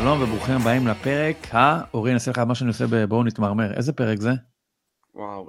שלום וברוכים הבאים לפרק, אורי, נעשה לך מה שאני עושה בואו נתמרמר. איזה פרק זה? וואו,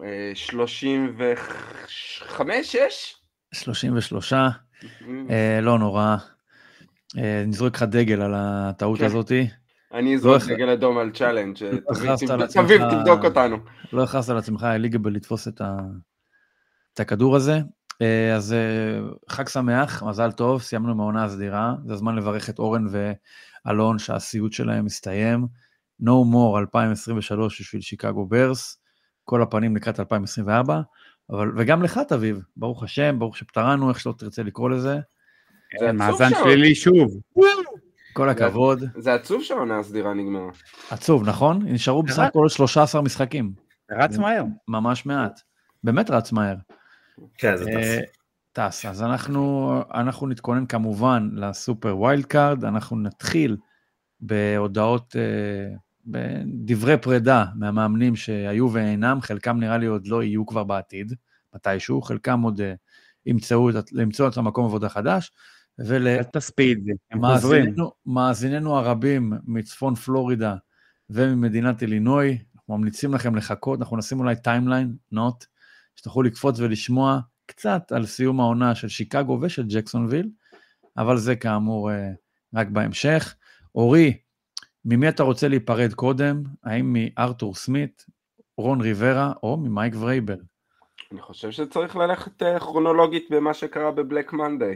35, 6? 33, לא נורא. נזרוק לך דגל על הטעות הזאת. אני אזרוק דגל אדום על צ'אלנג', תביב, תבדוק אותנו. לא הכרסת על עצמך, ליגבל לתפוס את הכדור הזה. אז חג שמח, מזל טוב, סיימנו מהעונה הסדירה, זה הזמן לברך את אורן ואלון שהסיוט שלהם מסתיים, No more 2023 בשביל שיקגו ברס, כל הפנים לקראת 2024, וגם לך תביב, ברוך השם, ברוך שפטרנו, איך שלא תרצה לקרוא לזה. זה מאזן שלילי שוב. כל הכבוד. זה עצוב שהעונה הסדירה נגמרה. עצוב, נכון? נשארו בסך הכל 13 משחקים. רץ מהר. ממש מעט. באמת רץ מהר. כן, זה טס. אז אנחנו נתכונן כמובן לסופר ווילד קארד, אנחנו נתחיל בהודעות, בדברי פרידה מהמאמנים שהיו ואינם, חלקם נראה לי עוד לא יהיו כבר בעתיד, מתישהו, חלקם עוד למצוא את המקום עבודה חדש, אל תספיד, הם חוזרים. מאזיננו הרבים מצפון פלורידה וממדינת אילינוי, אנחנו ממליצים לכם לחכות, אנחנו נשים אולי טיימליין, נוט, שתוכלו לקפוץ ולשמוע קצת על סיום העונה של שיקגו ושל ג'קסונוויל, אבל זה כאמור רק בהמשך. אורי, ממי אתה רוצה להיפרד קודם? האם מארתור סמית, רון ריברה או ממייק ורייבל? אני חושב שצריך ללכת כרונולוגית במה שקרה בבלק מנדי.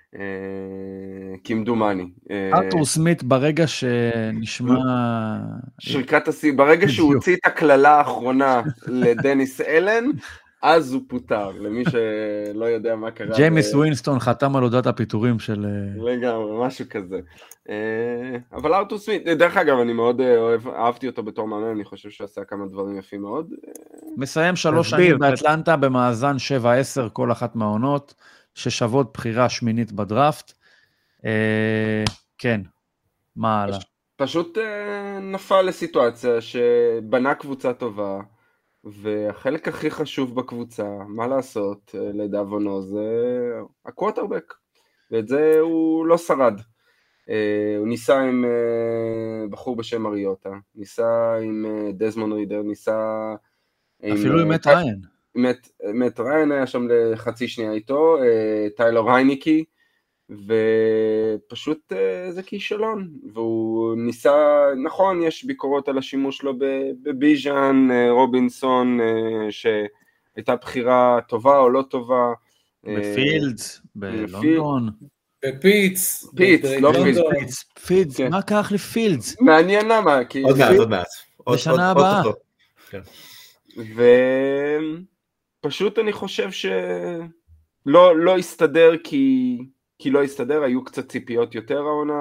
כמדומני. ארתור סמית ברגע שנשמע... שריקת השיא, ברגע שהוא הוציא את הכללה האחרונה לדניס אלן, אז הוא פוטר, למי שלא יודע מה קרה. ג'יימיס ווינסטון חתם על הודעת הפיטורים של... לגמרי, משהו כזה. אבל ארתור סמית, דרך אגב, אני מאוד אהבתי אותו בתור מאמן, אני חושב שהוא עשה כמה דברים יפים מאוד. מסיים 3 שנים באטלנטה, במאזן 7-10 כל אחת מהעונות, ששוות בחירה שמינית בדראפט. כן, מה הלאה? פשוט נפל לסיטואציה שבנה קבוצה טובה, והחלק הכי חשוב בקבוצה, מה לעשות, לדאבונו, זה הקווטרבק, ואת זה הוא לא שרד. הוא ניסה עם בחור בשם מריוטה, ניסה עם דזמונד רידר, ניסה אפילו עם מת ריין. מת ריין היה שם לחצי שנייה איתו, טיילר הייניקי, ופשוט זה כישלון, והוא ניסה, נכון, יש ביקורות על השימוש לו בביז'אן, רובינסון, שהייתה בחירה טובה או לא טובה. בפילדס, בלונדון. בפיץ. לא פיץ. מה כך לפילדס? מעניין למה. עוד מעט. בשנה הבאה. ופשוט אני חושב שלא הסתדר כי לא הסתדר, היו קצת ציפיות יותר העונה,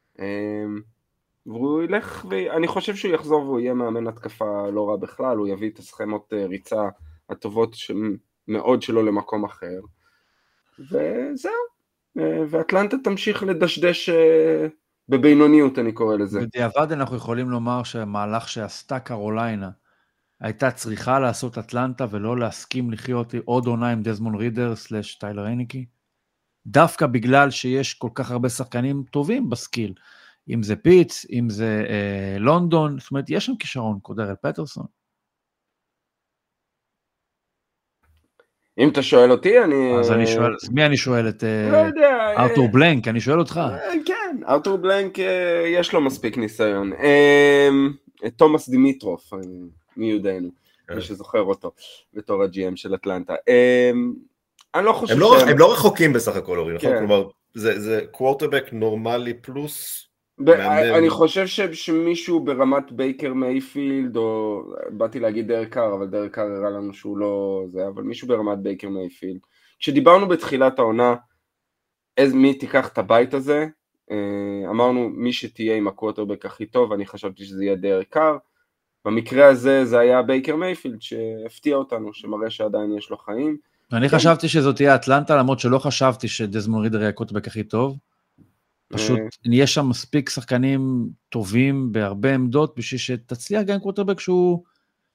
והוא ילך, ואני חושב שהוא יחזור והוא יהיה מאמן התקפה לא רע בכלל, הוא יביא את הסכמות ריצה הטובות מאוד שלו למקום אחר, וזהו, ואטלנטה תמשיך לדשדש בבינוניות, אני קורא לזה. בדיעבד אנחנו יכולים לומר שהמהלך שעשתה קרוליינה, הייתה צריכה לעשות אטלנטה ולא להסכים לחיות עוד עונה עם דזמונד רידר / טיילר הייניקי, דווקא בגלל שיש כל כך הרבה שחקנים טובים בסקיל, אם זה פיץ, אם זה לונדון, זאת אומרת, יש שם כישרון, קודרל פטרסון. אם אתה שואל אותי, אז אני שואל, מי אני שואל? את ארתור בלנק, אני שואל אותך. כן, ארתור בלנק יש לו מספיק ניסיון. תומאס דימיטרוף, מי יודענו, מי שזוכר אותו, בתור ה-GM של אטלנטה. אני לא חושב הם לא רחוקים בסך הכל, אורי, נכון? כלומר, זה קוורטרבק נורמלי פלוס... אני חושב שמישהו ברמת בייקר מייפילד, או באתי להגיד דרק קאר, אבל דרק קאר הראה לנו שהוא לא זה, אבל מישהו ברמת בייקר מייפילד. כשדיברנו בתחילת העונה, מי תיקח את הבית הזה, אמרנו מי שתהיה עם הקוורטרבק הכי טוב, אני חשבתי שזה יהיה דרק קאר, במקרה הזה זה היה בייקר מייפילד שהפתיע אותנו, שמראה שעדיין יש לו חיים. אני חשבתי שזאת תהיה אטלנטה, למרות שלא חשבתי שדזמונד רידר יהיה הקוטבק הכי טוב. פשוט יש שם מספיק שחקנים טובים בהרבה עמדות, בשביל שתצליח גם קוטבק שהוא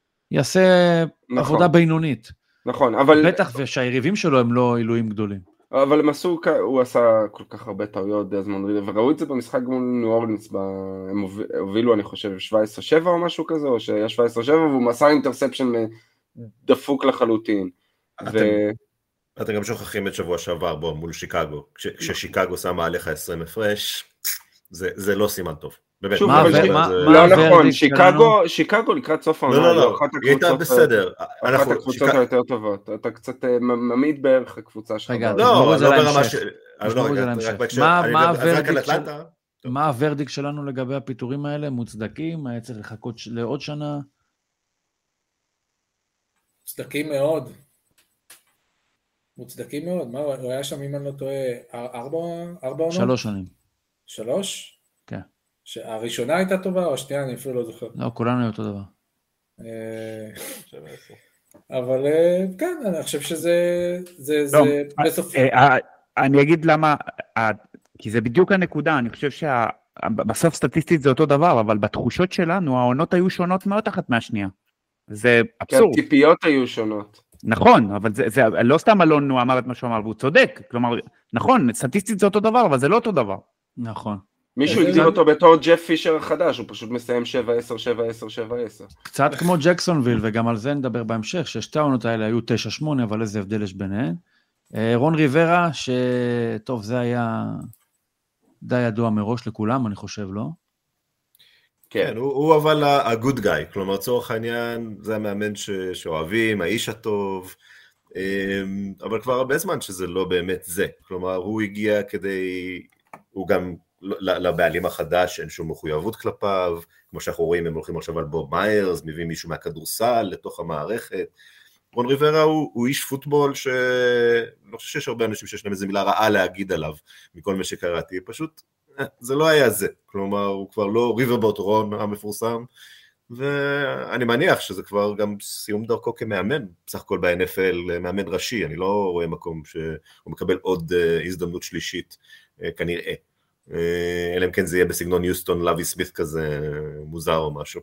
יעשה עבודה בינונית. נכון, אבל... בטח ושהיריבים שלו הם לא עילויים גדולים. אבל הם עשו, הוא עשה כל כך הרבה טעויות, דזמונד רידר, וראו את זה במשחק מול ניו אורלינס, הם הובילו אני חושב 17-7 או משהו כזה, או שהיה 17-7, והוא מסר אינטרספשן דפוק לחלוטין. אתם גם שוכחים את שבוע שעבר בו מול שיקגו, כששיקגו שמה עליך 20 הפרש, זה לא סימן טוב. לא נכון, שיקגו לקראת סוף העונה, לא, היא הייתה בסדר. אחת הקבוצות היותר טובות, אתה קצת ממעיט בערך הקבוצה שלך. רגע, לא ברמה של... מה הוורדיק שלנו לגבי הפיתורים האלה? מוצדקים? היה צריך לחכות לעוד שנה? מוצדקים מאוד. מה, הוא היה שם אם אני לא טועה 4 עונות? 3 שנים. 3? כן. שהראשונה הייתה טובה או השנייה? אני אפילו לא זוכר. לא, כולנו היו אותו דבר. אבל כן, אני חושב שזה בסוף... אני אגיד למה, כי זה בדיוק הנקודה, אני חושב שבסוף סטטיסטית זה אותו דבר, אבל בתחושות שלנו העונות היו שונות מאוד אחת מהשנייה. זה אבסורד. כי הציפיות היו שונות. נכון, אבל זה לא סתם אלון הוא אמר את מה שהוא אמר, והוא צודק, כלומר, נכון, סטטיסטית זה אותו דבר, אבל זה לא אותו דבר. נכון. מישהו הגדיר אותו בתור ג'ף פישר החדש, הוא פשוט מסיים 7-10, 7-10. קצת כמו ג'קסונוויל, וגם על זה נדבר בהמשך, ששתי העונות האלה היו 9-8, אבל איזה הבדל יש ביניהן. רון ריברה, שטוב, זה היה די ידוע מראש לכולם, אני חושב, לא? כן, הוא אבל ה-good guy, כלומר, צורך העניין, זה המאמן שאוהבים, האיש הטוב, אבל כבר הרבה זמן שזה לא באמת זה, כלומר, הוא הגיע כדי, הוא גם לבעלים החדש, אין שום מחויבות כלפיו, כמו שאנחנו רואים, הם הולכים עכשיו על בוב מיירס, מביאים מישהו מהכדורסל לתוך המערכת, רון ריברה הוא איש פוטבול לא חושב שיש הרבה אנשים שיש להם איזה מילה רעה להגיד עליו, מכל מה שקראתי, פשוט זה לא היה זה, כלומר הוא כבר לא ריברבוט רון המפורסם, ואני מניח שזה כבר גם סיום דרכו כמאמן, בסך הכל ב-NFL מאמן ראשי, אני לא רואה מקום שהוא מקבל עוד הזדמנות שלישית כנראה, אלא אם כן זה יהיה בסגנון יוסטון לוי סמית כזה מוזר או משהו,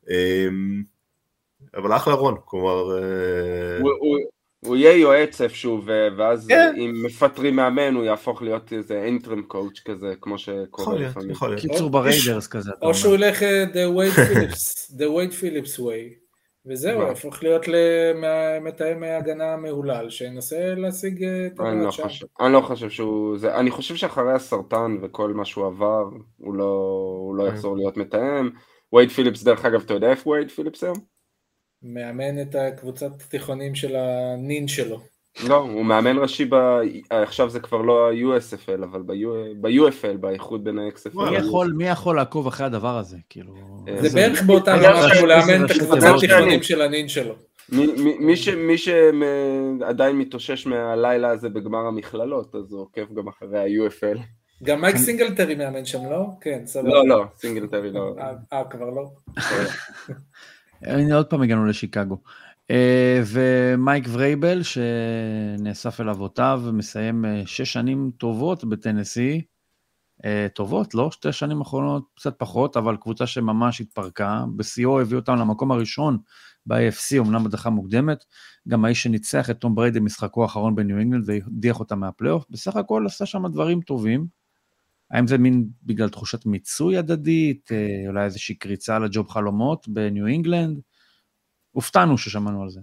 אבל אחלה רון, כלומר... הוא יהיה יועץ איפשהו, ואז אם מפטרים מאמן, הוא יהפוך להיות איזה אינטרם קואוץ' כזה, כמו שקורה לפעמים. קיצור בריידרס כזה. או שהוא ילך the Wade Phillips way, וזהו, יהפוך להיות למתאם ההגנה מהולל, שינסה להשיג את הרעד שם. אני לא חושב שהוא... אני חושב שאחרי הסרטן וכל מה שהוא עבר, הוא לא יחזור להיות מתאם. וייד פיליפס, דרך אגב, אתה יודע איפה וייד פיליפס היום? מאמן את הקבוצת התיכונים של הנין שלו. לא, הוא מאמן ראשי, עכשיו זה כבר לא ה-USFL, אבל ב-UFL, באיחוד בין ה-XFL. מי יכול לעקוב אחרי הדבר הזה? זה בערך באותה רמה שהוא לאמן את הקבוצת התיכונים של הנין שלו. מי שעדיין מתאושש מהלילה הזה בגמר המכללות, אז הוא עוקב גם אחרי ה-UFL. גם מייק סינגלטרי מאמן שם, לא? כן, סבבה. לא, סינגלטרי לא. כבר לא. הנה עוד פעם הגענו לשיקגו, ומייק ורייבל שנאסף אל אבותיו ומסיים 6 שנים טובות בטנסי, טובות, לא? 2 שנים אחרונות קצת פחות, אבל קבוצה שממש התפרקה, בסיוע הביא אותם למקום הראשון ב-AFC, אמנם בדחה מוקדמת, גם האיש שניצח את תום בריידי משחקו האחרון בניו אינגלנד והדיח אותם מהפלייאוף, בסך הכל עשה שם דברים טובים, האם זה מין בגלל תחושת מיצוי הדדית, אולי איזושהי קריצה על הג'וב חלומות בניו אינגלנד? הופתענו ששמענו על זה.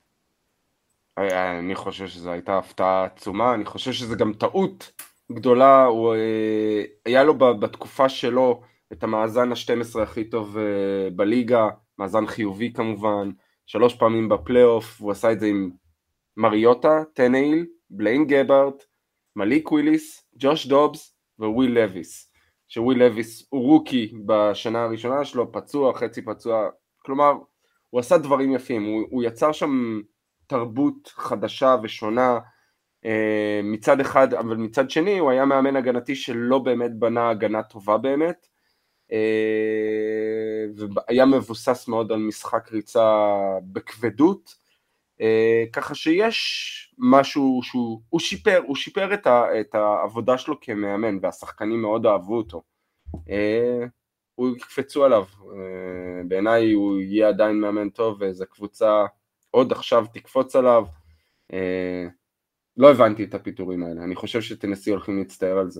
אני חושב שזו הייתה הפתעה עצומה, אני חושב שזה גם טעות גדולה, היה לו בתקופה שלו את המאזן ה-12 הכי טוב בליגה, מאזן חיובי כמובן, 3 פעמים בפלייאוף, הוא עשה את זה עם מריוטה, טנאיל, בליין גברט, מליק וויליס, ג'וש דובס, וויל לויס, שוויל לויס הוא רוקי בשנה הראשונה שלו, פצוע, חצי פצוע, כלומר, הוא עשה דברים יפים, הוא יצר שם תרבות חדשה ושונה, מצד אחד, אבל מצד שני, הוא היה מאמן הגנתי שלא באמת בנה הגנה טובה באמת, והיה מבוסס מאוד על משחק ריצה בכבדות, ככה שיש משהו שהוא שיפר את העבודה שלו כמאמן, והשחקנים מאוד אהבו אותו. הוא יקפצו עליו, בעיניי הוא יהיה עדיין מאמן טוב, ואיזו קבוצה עוד עכשיו תקפוץ עליו, לא הבנתי את הפיתורים האלה, אני חושב שטנסי הולכים להצטער על זה.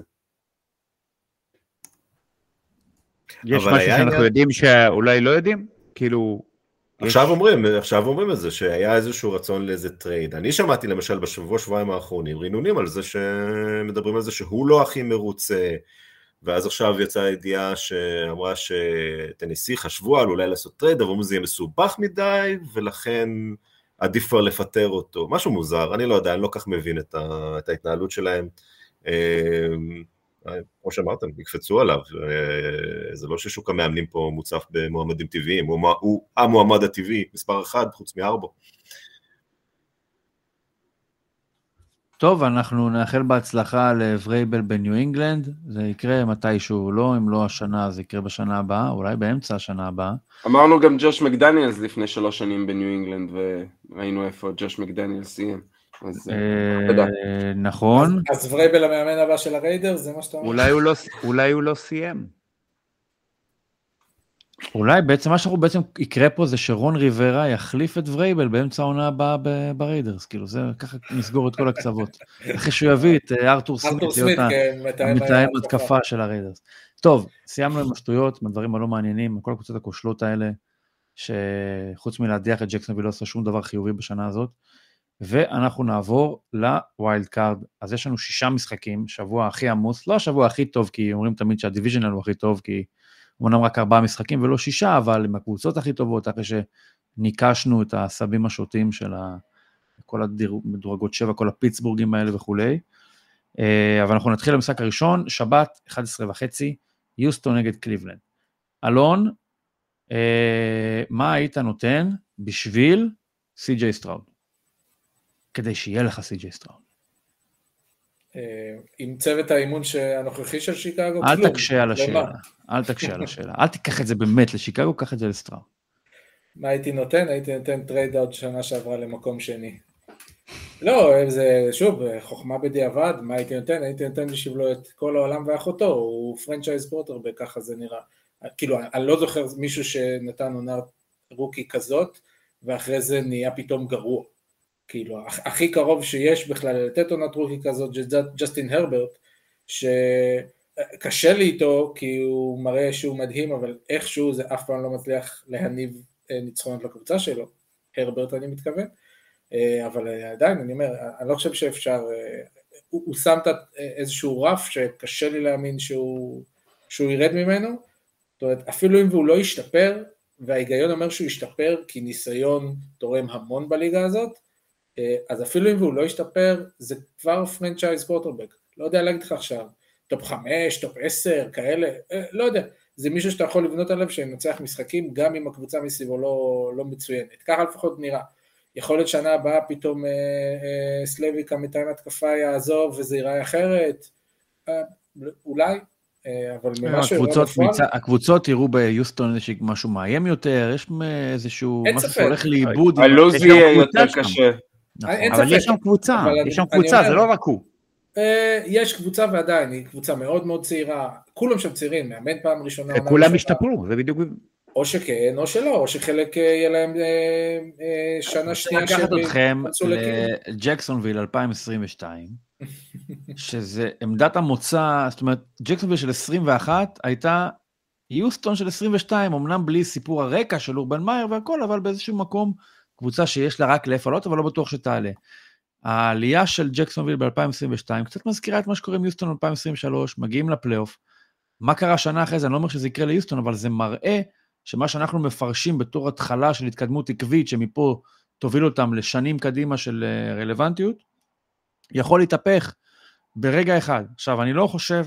יש משהו שאנחנו יודעים שאולי לא יודעים? כאילו... עכשיו אומרים את זה, שהיה איזשהו רצון לאיזה טרייד. אני שמעתי למשל שבועיים האחרונים, רינונים על זה שמדברים על זה שהוא לא הכי מרוצה, ואז עכשיו יצאה ידיעה שאמרה שטנסי חשבו על אולי לעשות טרייד, אבל זה יהיה מסובך מדי, ולכן עדיף כבר לפטר אותו. משהו מוזר, אני לא יודע, אני לא כך מבין את ההתנהלות שלהם. כמו שאמרתם, יקפצו עליו, זה לא ששוק המאמנים פה מוצף במועמדים טבעיים, הוא המועמד הטבעי, מספר אחד, חוץ מארבו. טוב, אנחנו נאחל בהצלחה לברייבל בניו אינגלנד, זה יקרה מתישהו, לא, אם לא השנה, זה יקרה בשנה הבאה, אולי באמצע השנה הבאה. אמרנו גם ג'וש מקדניאלס לפני 3 שנים בניו אינגלנד, וראינו איפה ג'וש מקדניאלס סיים. נכון. אז ברייבל המאמן הבא של הריידר, זה מה שאתה אומר? אולי הוא לא סיים. אולי בעצם מה שאנחנו בעצם יקרה פה זה שרון ריברה יחליף את ברייבל באמצע העונה הבאה בריידרס, כאילו זה ככה נסגור את כל הקצוות. אחרי שהוא יביא את ארתור סמית, מתאם התקפה של הריידרס. טוב, סיימנו עם השטויות, מהדברים הלא מעניינים, כל הקבוצות הכושלות האלה, שחוץ מלהדיח את ג'קסונוויל לא עושה שום דבר חיובי בשנה הזאת, ואנחנו נעבור לווילד קארד. אז יש לנו 6 משחקים, שבוע הכי עמוס, לא השבוע הכי טוב, כי אומרים תמיד שהדיוויז'נל הוא הכי טוב, כי אומנם רק 4 משחקים ולא 6, אבל עם הקבוצות הכי טובות, אחרי שניקשנו את הסבים השוטים של כל המדורגות 7, כל הפיטסבורגים האלה וכו'. אבל אנחנו נתחיל למשחק הראשון, שבת, 11:30, יוסטון נגד קליבלנד. אלון, מה היית נותן בשביל סי.ג'יי סטראוד? כדי שיהיה לך סי.ג'יי סטראוד. עם צוות האימון הנוכחי של שיקגו, אל תקשה על השאלה, אל תקשה על השאלה, אל תיקח את זה באמת לשיקגו, קח את זה לסטראוד. מה הייתי נותן? הייתי נותן טרייד אאוט שנה שעברה למקום שני. לא, זה שוב, חוכמה בדיעבד, מה הייתי נותן? הייתי נותן בשבילו את כל העולם ואחותו, הוא פרנצ'ייז קווטרבק, ככה זה נראה. כאילו, אני לא זוכר מישהו שנתן עונת רוקי כזאת, ואחרי זה נהיה פתאום גרוע. כאילו, הכי קרוב שיש בכלל לתת עונת רוקי כזאת, ג'סטין הרברט, שקשה לי איתו, כי הוא מראה שהוא מדהים, אבל איכשהו זה אף פעם לא מצליח להניב ניצחונות לקבוצה שלו, הרברט אני מתכוון, אבל עדיין אני אומר, אני לא חושב שאפשר, הוא שם איזשהו רף שקשה לי להאמין שהוא ירד ממנו, זאת אומרת, אפילו אם הוא לא ישתפר, וההיגיון אומר שהוא ישתפר, כי ניסיון תורם המון בליגה הזאת, אז אפילו אם הוא לא ישתפר, זה כבר פרנצ'ייז קווטרבק, לא יודע להגיד לך עכשיו, טופ 5, טופ 10, כאלה, לא יודע, זה מישהו שאתה יכול לבנות עליו שנצח משחקים, גם אם הקבוצה מסביבו לא מצוינת, ככה לפחות נראה, יכול להיות שנה הבאה פתאום סלאביק המתאם התקפה יעזוב וזה ייראה אחרת, אולי, אבל הקבוצות יראו ביוסטון משהו מאיים יותר, יש איזשהו משהו שהולך לאיבוד, הלוז יהיה יותר קשה. אבל יש שם קבוצה, זה לא רק הוא. יש קבוצה ועדיין, היא קבוצה מאוד מאוד צעירה, כולם שם צעירים, מאמן פעם ראשונה. כולם השתפרו, זה בדיוק. או שכן, או שלא, או שחלק יהיה להם שנה שנייה. אני לקחת אתכם לג'קסונוויל 2022, שזה עמדת המוצא, זאת אומרת, ג'קסונוויל של 21 הייתה יוסטון של 22, אמנם בלי סיפור הרקע של אורבן מאייר והכל, אבל באיזשהו מקום, קבוצה שיש לה רק להפעלות, אבל לא בטוח שתעלה. העלייה של ג'קסונוויל ב-2022, קצת מזכירה את מה שקורה עם יוסטון ב-2023, מגיעים לפלייאוף, מה קרה שנה אחרי זה, אני לא אומר שזה יקרה ליוסטון, אבל זה מראה שמה שאנחנו מפרשים בתור התחלה של התקדמות עקבית, שמפה תוביל אותם לשנים קדימה של רלוונטיות, יכול להתהפך ברגע אחד. עכשיו, אני לא חושב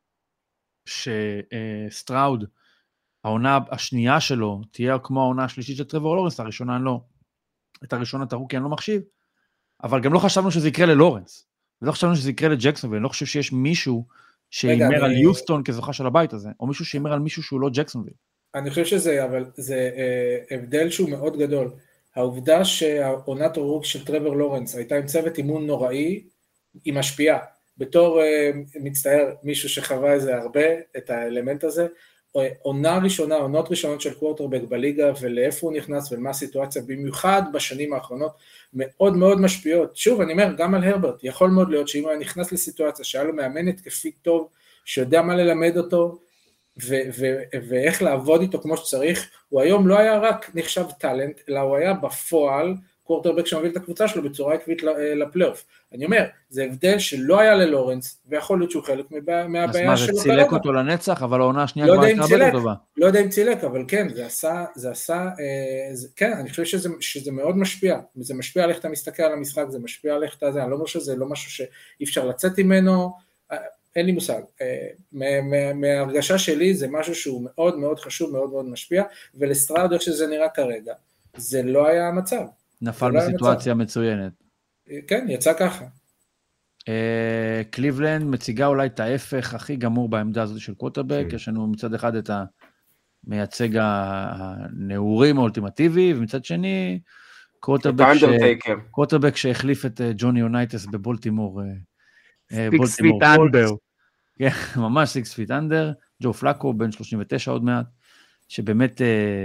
שסטראוד, העונה השנייה שלו, תהיה כמו העונה השלישית של טרוור לורנס, הראשונה אני לא, את הראשונה את הרוקי אני לא מחשיב, אבל גם לא חשבנו שזה יקרה ללורנס, ולא חשבנו שזה יקרה לג'קסון, ואני לא חושב שיש מישהו שימר על יוסטון כזוכה של הבית הזה, או מישהו שימר על מישהו שהוא לא ג'קסונוויל. אני חושב שזה, אבל זה הבדל שהוא מאוד גדול. העובדה שהעונת הרוק של טרוור לורנס הייתה עם צוות אימון נוראי, היא משפיעה. בתור מצטער מישהו שחווה איזה הרבה את האלמנט הזה, עונות ראשונות של קוורטרבק בליגה, ולאיפה הוא נכנס ומה הסיטואציה, במיוחד בשנים האחרונות, מאוד מאוד משפיעות. שוב, אני אומר, גם על הרברט, יכול מאוד להיות שאם הוא היה נכנס לסיטואציה, שהיה לו מאמן התקפי טוב, שיודע מה ללמד אותו, ואיך לעבוד איתו כמו שצריך, הוא היום לא היה רק נחשב טלנט, אלא הוא היה בפועל, קוורטרבק שמוביל את הקבוצה שלו בצורה עקבית לפלייאוף. אני אומר, זה הבדל שלא היה ללורנס, ויכול להיות שהוא חלק מהבעיה שלו. אז מה, זה צילק אותו לנצח, אבל העונה השנייה כבר הייתה הרבה טובה. לא יודע אם צילק, אבל כן, זה עשה, כן, אני חושב שזה מאוד משפיע, זה משפיע על איך אתה מסתכל על המשחק, זה משפיע על איך אתה זה, אני לא אומר שזה לא משהו שאי אפשר לצאת ממנו, אין לי מושג, מההרגשה שלי זה משהו שהוא מאוד מאוד חשוב, מאוד מאוד משפיע, ולסטראוד איך שזה נראה כרגע, זה לא היה המצב. נפל בסיטואציה מצוינת. כן, יצא ככה. קליבלנד מציגה אולי את ההפך הכי גמור בעמדה הזאת של קווטרבק, יש לנו מצד אחד את המייצג הנעורים האולטימטיבי, ומצד שני, קווטרבק שהחליף את ג'וני יונייטס בבולטימור. 6 feet under. כן, ממש 6 feet under, ג'ו פלאקו, בן 39 עוד מעט, שבאמת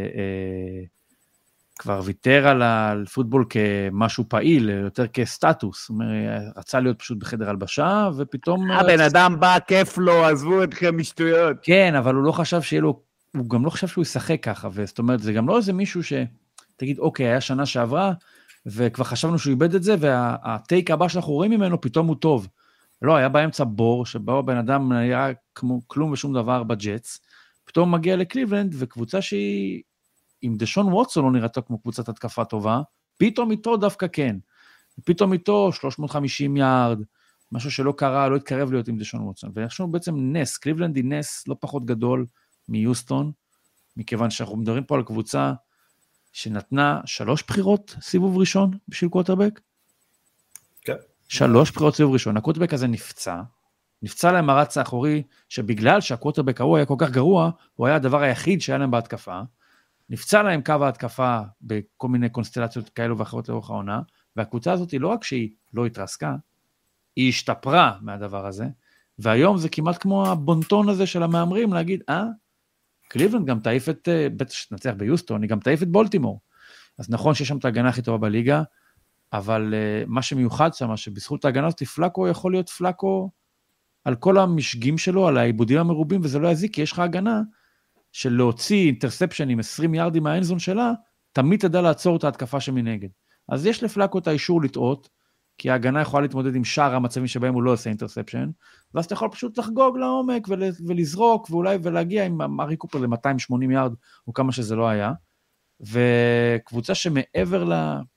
כבר ויתר על פוטבול כמשהו פעיל, יותר כסטטוס, זאת אומרת, רצה להיות פשוט בחדר הלבשה, ופתאום... הבן אדם בא, כיף לו, עזבו אתכם משטויות. כן, אבל הוא לא חשב שיהיה לו, הוא גם לא חשב שהוא ישחק ככה, זאת אומרת, זה גם לא איזה מישהו תגיד, אוקיי, היה שנה שעברה, וכבר חשבנו שהוא איבד את זה, והטייק הבא שאנחנו רואים ממנו, פתאום הוא טוב. לא, היה באמצע בור, שבו הבן אדם היה כמו כלום ושום דבר בג'טס, פתאום מגיע לקליבלנד, וקבוצה שהיא, אם דשון ווטסון לא נראתה כמו קבוצת התקפה טובה, פתאום איתו דווקא כן. פתאום איתו 350 יארד, משהו שלא קרה, לא התקרב להיות עם דשון ווטסון. ואנחנו בעצם נס, קליבלנד היא נס לא פחות גדול מיוסטון, מכיוון שאנחנו מדברים פה על קבוצה שנתנה 3 בחירות סיבוב ראשון בשביל קווטרבק. כן. 3 בחירות סיבוב ראשון. הקווטרבק הזה נפצע להם הרץ האחורי, שבגלל שהקווטרבק ההוא היה כל כך גרוע, הוא היה הדבר היחיד שהיה להם בהתקפה, נפצע להם קו ההתקפה בכל מיני קונסטלציות כאלו ואחרות לאורך העונה, והקבוצה הזאת היא לא רק שהיא לא התרסקה, היא השתפרה מהדבר הזה, והיום זה כמעט כמו הבונטון הזה של המאמרים, להגיד, קליבלנד גם תעיף את, בטח שנצליח ביוסטון, היא גם תעיף את בולטימור. אז נכון שיש שם את ההגנה הכי טובה בליגה, אבל מה שמיוחד שם, שבזכות ההגנה הזאת, פלאקו יכול להיות פלאקו על כל המשגים שלו, על העיבודים המרובים, וזה לא יזיק, כי יש לך הגנה של להוציא אינטרספשן עם 20 יארדים מהאנזון שלה, תמיד תדע לעצור את ההתקפה שמנגד. אז יש לפלאקו את האישור לטעות, כי ההגנה יכולה להתמודד עם שאר המצבים שבהם הוא לא עושה אינטרספשן, ואז אתה יכול פשוט לחגוג לעומק ולזרוק, ואולי ולהגיע עם מארי קופר ל-280 יארד, או כמה שזה לא היה, וקבוצה שמעבר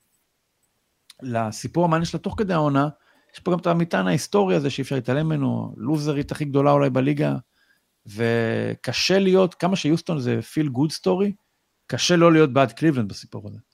לסיפור המעניין שלה תוך כדי העונה, יש פה גם את המטען ההיסטורי הזה שאי אפשר להתעלם ממנו, לוזרית הכי גדולה אולי בליגה, וקשה להיות, כמה שיוסטון זה feel good story, קשה לא להיות בעד קליבלנד בסיפור הזה.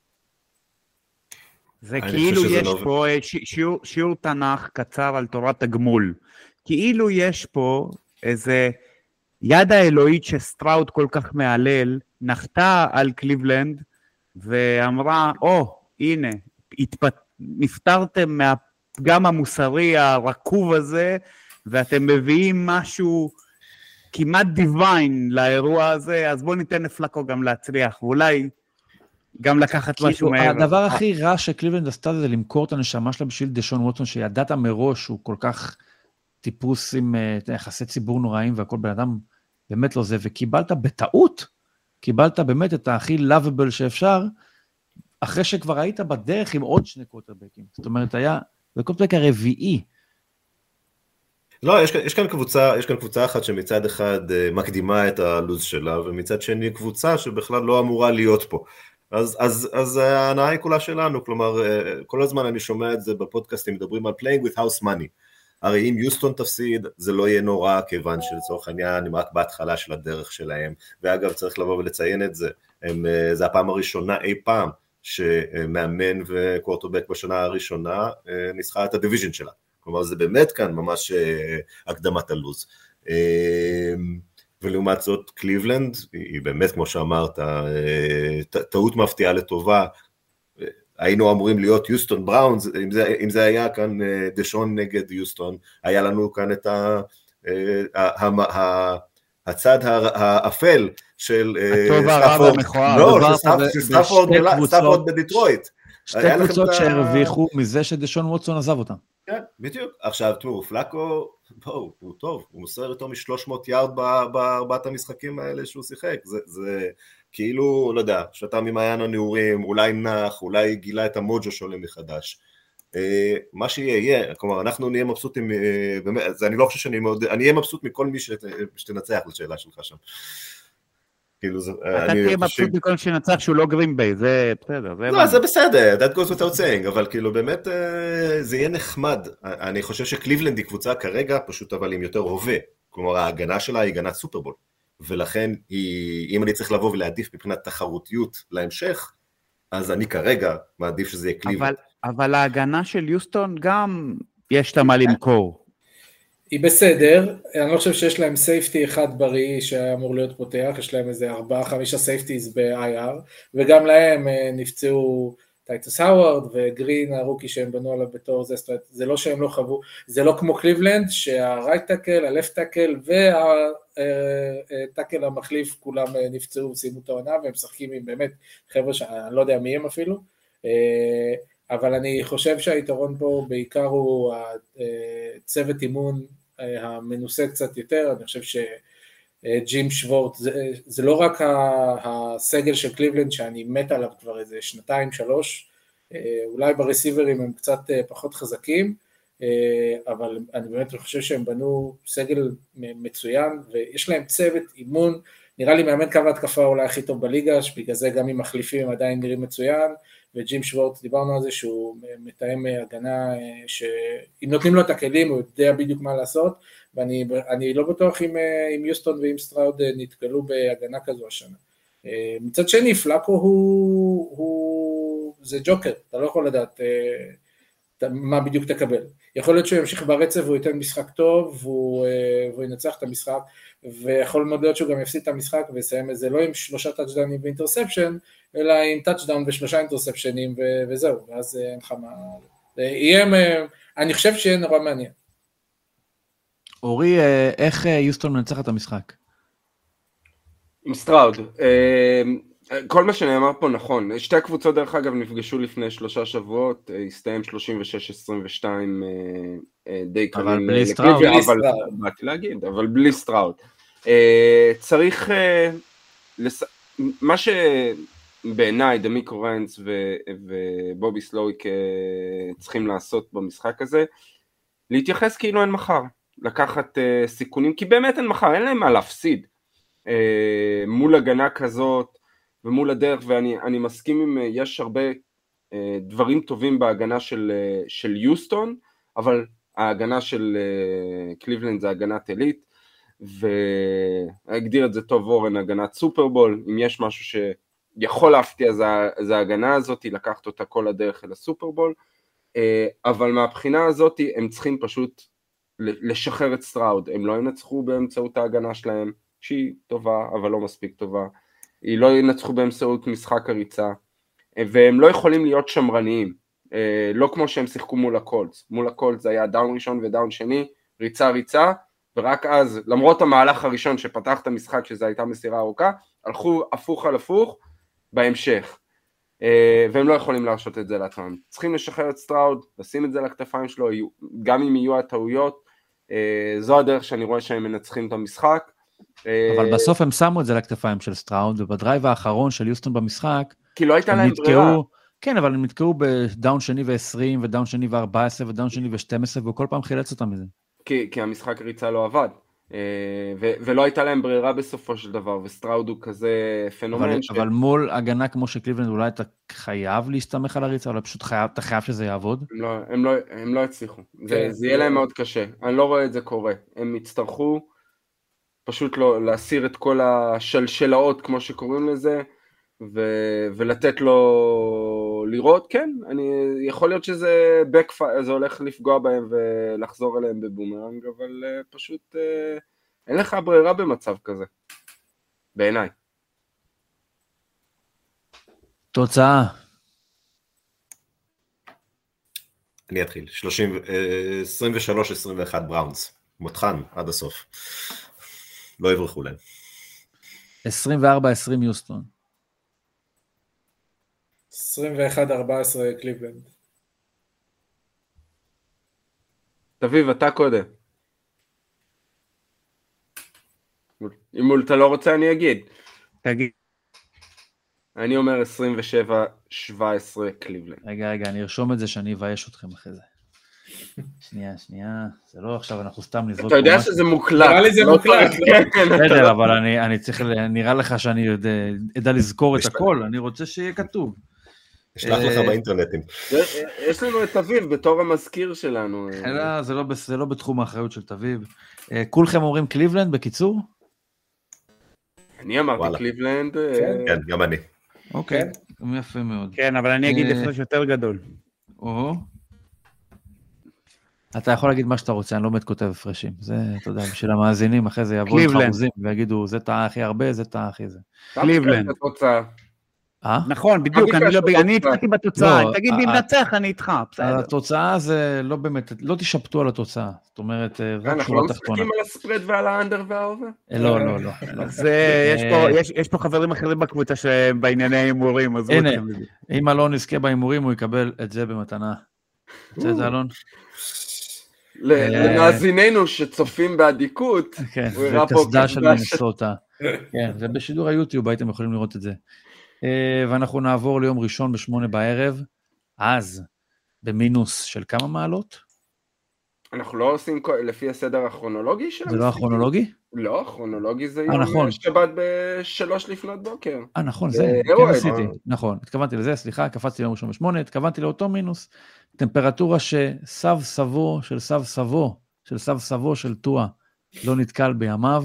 זה כאילו יש פה שיעור תנ"ך קצר על תורת הגמול, כאילו יש פה איזה יד האלוהית שסטראוד כל כך מעלל, נחתה על קליבלנד, ואמרה, הנה, נפטרתם מהפגם המוסרי הרקוב הזה, ואתם מביאים משהו כמעט דיוויין לאירוע הזה, אז בואו ניתן לפלאקו גם להצליח, ואולי גם לקחת משהו מעבר. הדבר הכי רע שקליבלנד עשתה זה למכור את הנשמה שלה בשביל דשון ווטסון, שידעת מראש הוא כל כך טיפוס עם יחסי ציבור נוראים, והכל בן אדם באמת לא זה, וקיבלת בטעות, קיבלת באמת את הכי lovable שאפשר, אחרי שכבר היית בדרך עם עוד 2 קווטרבקים. זאת אומרת, היה בקווטרבק הרביעי. לא, יש כאן קבוצה אחת שמצד אחד מקדימה את הלוז שלה, ומצד שני קבוצה שבכלל לא אמורה להיות פה. אז ההנאה היא כולה שלנו, כלומר, כל הזמן אני שומע את זה בפודקאסטים, מדברים על playing with house money. הרי אם יוסטון תפסיד, זה לא יהיה נורא, כיוון שלצורך העניין, הם רק בהתחלה של הדרך שלהם, ואגב צריך לבוא ולציין את זה, זה הפעם הראשונה אי פעם, שמאמן וקוורטרבק בשנה הראשונה, ניסחה את הדיוויז'ן שלה. כלומר, זה באמת כאן ממש הקדמת הלוז. ולעומת זאת, קליבלנד, היא באמת, כמו שאמרת, טעות מפתיעה לטובה, היינו אמורים להיות יוסטון בראונס, אם זה היה כאן דשון נגד יוסטון, היה לנו כאן את הצד האפל של הטוב הרע והמכוער. לא, של סטאפורד בדיטרויט. שתי קבוצות שהרוויחו מזה שדשון ווטסון עזב אותם. כן, בדיוק. עכשיו, תראו, פלאקו, הוא טוב, הוא מוסר יותר מ-300 יארד בארבעת המשחקים האלה שהוא שיחק. זה כאילו, לא יודע, שתה ממעיין הנעורים, אולי נח, אולי גילה את המוג'ו שעולה מחדש. מה שיהיה, כלומר, אנחנו נהיה מבסוטים, באמת, אני לא חושב שאני מאוד, אני אהיה מבסוט מכל מי שתנצח לשאלה שלך שם. אתה תהיה מבסוט מכל שנצח שהוא לא גרין ביי, זה בסדר. לא, זה בסדר, that goes without saying, אבל כאילו באמת זה יהיה נחמד. אני חושב שקליבלנד היא קבוצה כרגע, פשוט אבל עם יותר הווה. כלומר, ההגנה שלה היא הגנת סופרבול. ולכן, אם אני צריך לבוא ולהעדיף מבחינת תחרותיות להמשך, אז אני כרגע מעדיף שזה יהיה קליבלנד. אבל ההגנה של יוסטון גם יש לה מה למכור. היא בסדר, אני לא חושב שיש להם סייפטי אחד בריא שאמור להיות פותח, יש להם איזה 4-5 סייפטיז ב-IR, וגם להם נפצעו טייטוס האוורד וגרין, הרוקי שהם בנו עליו בתור זה, זה לא שהם לא חוו, זה לא כמו קליבלנד, שהרייט טאקל, הלפט טאקל והטאקל המחליף כולם נפצעו וסיימו את העונה, והם משחקים עם באמת חבר'ה שאני לא יודע מי הם אפילו, אבל אני חושב שהיתרון פה בעיקר הוא הצוות אימון המנוסה קצת יותר, אני חושב שג'ים שוורט, זה לא רק הסגל של קליבלנד שאני מת עליו כבר איזה 2-3, אולי ברסיברים הם קצת פחות חזקים, אבל אני באמת חושב שהם בנו סגל מצוין, ויש להם צוות אימון, נראה לי מאמן קו ההתקפה אולי הכי טוב בליגה, בגלל זה גם עם מחליפים הם עדיין נראים מצוין, וג'ים שוורט, דיברנו על זה שהוא מתאם הגנה, שאם נותנים לו את הכלים, הוא יודע בדיוק מה לעשות, ואני לא בטוח אם יוסטון ועם סטראוד נתקלו בהגנה כזו השנה. מצד שני, פלאקו זה ג'וקר, אתה לא יכול לדעת מה בדיוק תקבל. יכול להיות שהוא ימשיך ברצף, והוא ייתן משחק טוב, והוא ינצח את המשחק, ויכול מאוד להיות שהוא גם יפסיד את המשחק, ויסיים את זה לא עם 3 טאצ'דאונים ואינטרספשן, אלא עם טאצ'דאון ו3 אינטרספשנים, וזהו, ואז אין לך מה... אני חושב שיהיה נורא מעניין. אורי, איך יוסטון מנצח את המשחק? עם סטראוד. כל מה שנאמר פה נכון. שתי הקבוצות דרך אגב נפגשו לפני 3 שבועות, הסתיים 36-22 די קלים. אבל בלי סטראוד. באתי להגיד, אבל בלי סטראוד. צריך... מה שבעיניי דמיקו ריינס ובובי סלויק צריכים לעשות במשחק הזה, להתייחס כאילו אין מחר, לקחת סיכונים, כי באמת אין מחר, אין להם מה להפסיד מול הגנה כזאת ומול הדרך, ואני מסכים עם, יש הרבה דברים טובים בהגנה של יוסטון, אבל ההגנה של קליבלנד זה הגנת אלית, והגדיר את זה טוב אורן, הגנת סופרבול, אם יש משהו שיכול להפתיע זה ההגנה הזאת, לקחת אותה כל הדרך אל הסופרבול, אבל מהבחינה הזאת הם צריכים פשוט לשחרר את סטראוד, הם לא ינצחו באמצעות ההגנה שלהם, שהיא טובה אבל לא מספיק טובה, היא לא ינצחו באמצעות משחק הריצה, והם לא יכולים להיות שמרניים, לא כמו שהם שיחקו מול הקולטס, מול הקולטס זה היה דאון ראשון ודאון שני, ריצה, ורק אז, למרות המהלך הראשון שפתח את המשחק, שזו הייתה מסירה ארוכה, הלכו הפוך על הפוך בהמשך, והם לא יכולים להרשות את זה לעצמם. צריכים לשחרר את סטראוד, לשים את זה לכתפיים שלו, גם אם יהיו הטעויות, זו הדרך שאני רואה שהם מנצחים את המשחק. אבל בסוף הם שמו את זה לכתפיים של סטראוד, ובדרייב האחרון של יוסטון במשחק, כי לא הייתה להם ברירה. כן, אבל הם נתקעו בדאון שני ו-20, ודאון שני ו-14, ודאון שני ו-12, וכל פעם חילץ אותם מזה. כי המשחק הריצה לא עבד, ולא הייתה להם ברירה בסופו של דבר, וסטראוד הוא כזה פנומן. אבל מול הגנה כמו שקליבלנד, אולי אתה חייב להסתמך על הריצה, או פשוט אתה חייב שזה יעבוד? הם לא הצליחו, זה יהיה להם מאוד קשה, אני לא רואה את זה קורה, הם יצטרכו פשוט להסיר את כל השלשלאות כמו שקוראים לזה, ולתת לו לראות, כן, יכול להיות שזה זה הולך לפגוע בהם ולחזור אליהם בבומרנג, אבל פשוט אין לך ברירה במצב כזה, בעיניי. תוצאה. אני אתחיל, 23-21 בראונס, מותחן עד הסוף. לא יברחו להם. 24-20 יוסטון. 21-14 קליבלנד. תביב, אתה קודם. אם אתה לא רוצה אני אגיד. תגיד. אני אומר 27-17 קליבלנד. רגע, אני ארשום את זה שאני אבייש אתכם אחרי זה. שנייה, זה לא עכשיו, אנחנו סתם נזרוק. אתה יודע שזה מוקלט. נראה לי זה מוקלט. בסדר, אבל אני צריך, נראה לך שאני אדע לזכור את הכל, אני רוצה שיהיה כתוב. אשלח לך באינטרנטים. יש לנו את תביב בתור המזכיר שלנו. זה לא בתחום האחריות של תביב. כולכם אומרים קליבלנד בקיצור? אני אמרתי קליבלנד. כן, גם אני. אוקיי, יפה מאוד. כן, אבל אני אגיד הפרש יותר גדול. אתה יכול להגיד מה שאתה רוצה, אני לא באמת כותב הפרשים. זה, אתה יודע, בשביל המאזינים, אחרי זה יבואו עם חרוזים, ויגידו, זה טעה הכי הרבה, זה טעה הכי זה. קליבלנד. נכון, בדיוק, אני התחלתי בתוצאה, תגיד לי מנצח, אני איתך, בסדר. התוצאה זה לא באמת, לא תשפטו על התוצאה, זאת אומרת, רק אנחנו לא משחקים על הספרד ועל האנדר והאובר? לא. יש פה חברים אחרים בקבוצה שבענייני הימורים, אז הנה, אם אלון נזכה בהימורים, הוא יקבל את זה במתנה. רוצה את זה, אלון? למאזיננו שצופים בעדיקות, כן, זה קסדה של מינסוטה. כן, זה בשידור היוטיוב, הייתם יכולים לראות את זה. ואנחנו נעבור ליום ראשון ב8 בערב, אז במינוס של כמה מעלות? אנחנו לא עושים לפי הסדר הכרונולוגי שלנו? זה לא הכרונולוגי? לא, הכרונולוגי זה יום שבת ב3 לפנות בוקר. נכון, זה, כן עשיתי, נכון, התכוונתי לזה, סליחה, קפצתי ליום ראשון ב8, התכוונתי לאותו מינוס, טמפרטורה שסב סבו של סב סבו של טועה, לא נתקל בימיו,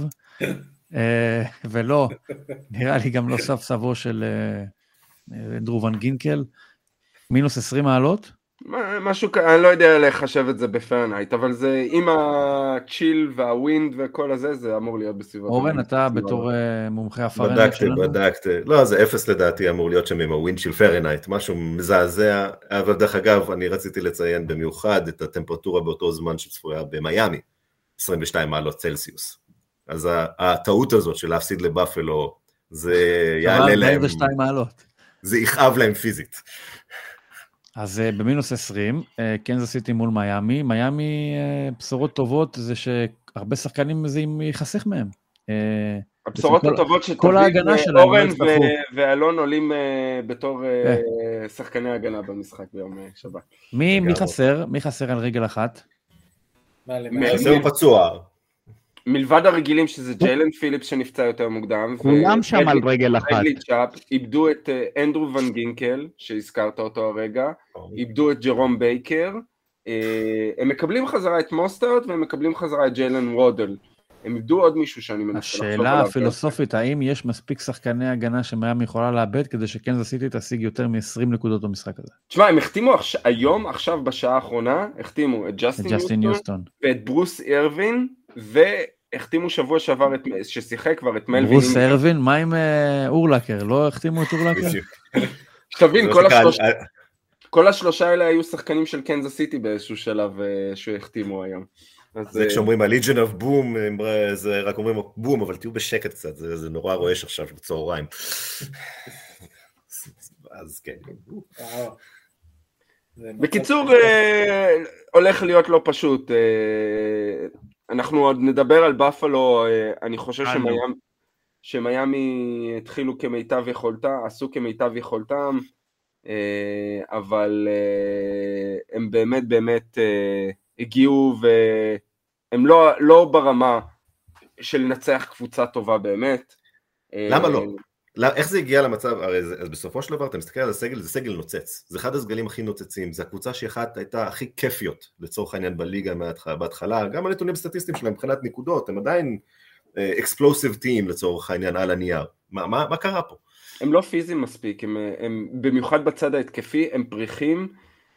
ולא, נראה לי גם לא סב סבו של אנדרו ון גינקל, מינוס 20 מעלות? משהו, אני לא יודע לחשב את זה בפרנייט, אבל זה עם הצ'יל והווינד וכל הזה, זה אמור להיות בסביבות. אורן, אתה בתור מומחה הפרנייט שלנו? בדקתי, לא, זה 0 לדעתי אמור להיות שם עם הווינד של פרנייט, משהו מזעזע, אבל דרך אגב, אני רציתי לציין במיוחד את הטמפרטורה באותו זמן שצפויה במיימי, 22 מעלות צלסיוס. אז הטעות הזאת של להפסיד לבאפלו, זה יעלה להם, 42 מעלות. זה יכאב להם פיזית. אז במינוס 20, קנזס סיטי מול מיימי, מיימי בשורות טובות זה שהרבה שחקנים זה ייחסך מהם. הבשורות הטובות שתבין, אורן ואלון עולים בתור שחקני הגנה במשחק ביום שבת. מי חסר על רגל אחת? זהו פצוע. מלבד הרגילים שזה ג'יילן פיליפס שנפצע יותר מוקדם, כולם שם על רגל אחת. איבדו את אנדרו ון גינקל, שהזכרת אותו הרגע, איבדו את ג'רום בייקר, הם מקבלים חזרה את מוסטרד, והם מקבלים חזרה את ג'יילן וודל. הם איבדו עוד מישהו שאני מנסה לחשוב עליו. השאלה הפילוסופית, האם יש מספיק שחקני הגנה שמיימי יכולה לאבד, כדי שקנזס סיטי תשיג יותר מ-20 נקודות במשחק הזה? תשמע, הם החתימו היום, עכשיו בשעה האחרונה, החתימו את ג'סטין יוסטון, ואת ברוס ארווין, והחתימו שבוע שעבר ששיחק כבר את מלווין. ברוס ארווין? מה עם אורלקר? לא החתימו את אורלקר? שתבין, כל השלושה האלה היו שחקנים של קנזס סיטי באיזשהו שלב שהחתימו היום. זה כשאומרים ה-Legion of Boom, זה רק אומרים בום, אבל תהיו בשקט קצת, זה נורא רועש עכשיו בצהריים. אז כן. בקיצור, הולך להיות לא פשוט. אנחנו עוד נדבר על בפלו, אני חושב שמיימי התחילו כמיטב יכולתם, עשו כמיטב יכולתם, אבל הם באמת הגיעו והם לא ברמה של לנצח קבוצה טובה באמת. למה לא? איך זה הגיע למצב? הרי בסופו של דבר אתה מסתכל על הסגל, זה סגל נוצץ, זה אחד הסגלים הכי נוצצים, זה הקבוצה שאחת הייתה הכי כיפיות לצורך העניין בליגה בהתחלה, גם הנתונים הסטטיסטיים שלהם מבחינת נקודות, הם עדיין explosive team לצורך העניין על הנייר. מה קרה פה? הם לא פיזיים מספיק, הם במיוחד בצד ההתקפי, הם פריחים,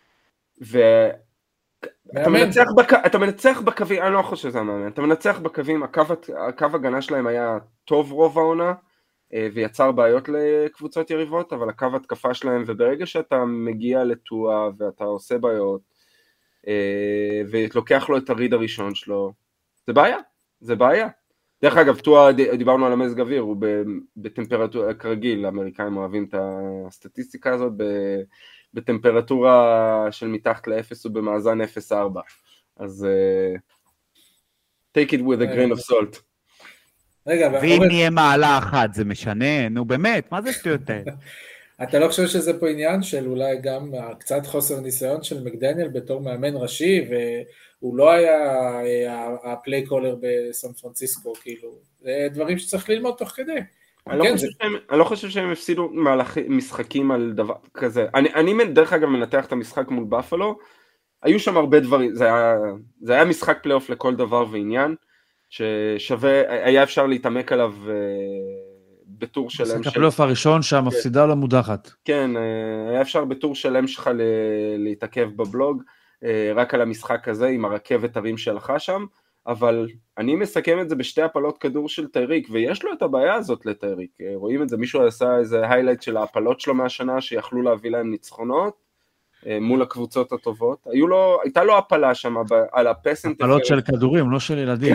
אתה מנצח בקווים, אני לא חושב שזה המאמן, אתה מנצח בקווים, הקו הגנה שלהם היה טוב רוב העונה, ויצר בעיות לקבוצות יריבות, אבל הקו התקפה שלהם, וברגע שאתה מגיע לטועה, ואתה עושה בעיות, ולוקח לו את הריד הראשון שלו, זה בעיה. דרך אגב, טועה, דיברנו על המזג אוויר, הוא בטמפרטורה, כרגיל, האמריקאים אוהבים את הסטטיסטיקה הזאת, בטמפרטורה של מתחת ל-0 ובמאזן 0.4. אז take it with a grain of salt. ואם נהיה מעלה אחת, זה משנה? נו באמת, מה זה שטויות האלה? אתה לא חושב שזה פה עניין של אולי גם קצת חוסר ניסיון של מקדניאל בתור מאמן ראשי, והוא לא היה הפליי קולר בסן פרנסיסקו, כאילו, זה דברים שצריך ללמוד תוך כדי. אני לא חושב שהם הפסידו משחקים על דבר כזה. אני דרך אגב מנתח את המשחק מול באפלו, היו שם הרבה דברים, זה היה משחק פלייאוף לכל דבר ועניין, ששווה, היה אפשר להתעמק עליו בטור שלם. משחק הפלייאוף הראשון שהמפסידה לא מודחת. כן, היה אפשר בטור שלם שלך להתעכב בבלוג, רק על המשחק הזה עם הרכבת הרים שהלכה שם, אבל אני מסכם את זה בשתי הפלות כדור של טייריק, ויש לו את הבעיה הזאת לטייריק, רואים את זה, מישהו עשה איזה היילייט של ההפלות שלו מהשנה, שיכלו להביא להם ניצחונות, מול הקבוצות הטובות, הייתה לו הפלה שם על הפסנט. הפלות של כדורים, לא של ילדים.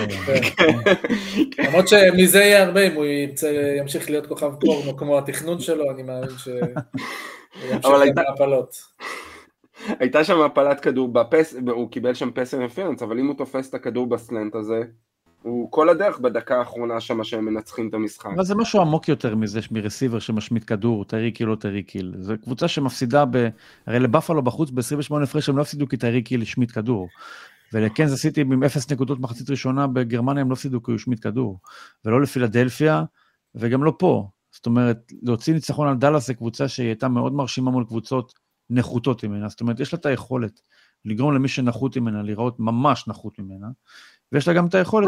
למרות שמזה יהיה הרבה, אם הוא ימשיך להיות כוכב פורנו, כמו התכנון שלו, אני מאמין שימשיך את ההפלות. הייתה שם הפלת כדור, הוא קיבל שם פס אינטרפרנס, אבל אם הוא תופס את הכדור בסלנט הזה, הוא כל הדרך בדקה האחרונה שם שהם מנצחים את המשחק. אבל זה משהו עמוק יותר מזה, מרסיבר שמשמיט כדור, טייריק קיל או טייריק קיל. זו קבוצה שמפסידה, הרי לבאפלו בחוץ ב-28 הפרש, הם לא הפסידו כי טייריק קיל השמיט כדור. ולקנזס סיטי עם 0 נקודות מחצית ראשונה בגרמניה, הם לא הפסידו כי הוא השמיט כדור. ולא לפילדלפיה, וגם לא פה. זאת אומרת, להוציא ניצחון על דלס זה קבוצה שהיא הייתה מאוד מרשימה מול קבוצות נחותות ממנה. זאת אומרת, יש לה את היכולת לגרום למי שנחות ממנה, לראות ממש נחות ממנה. ויש לה גם את היכולת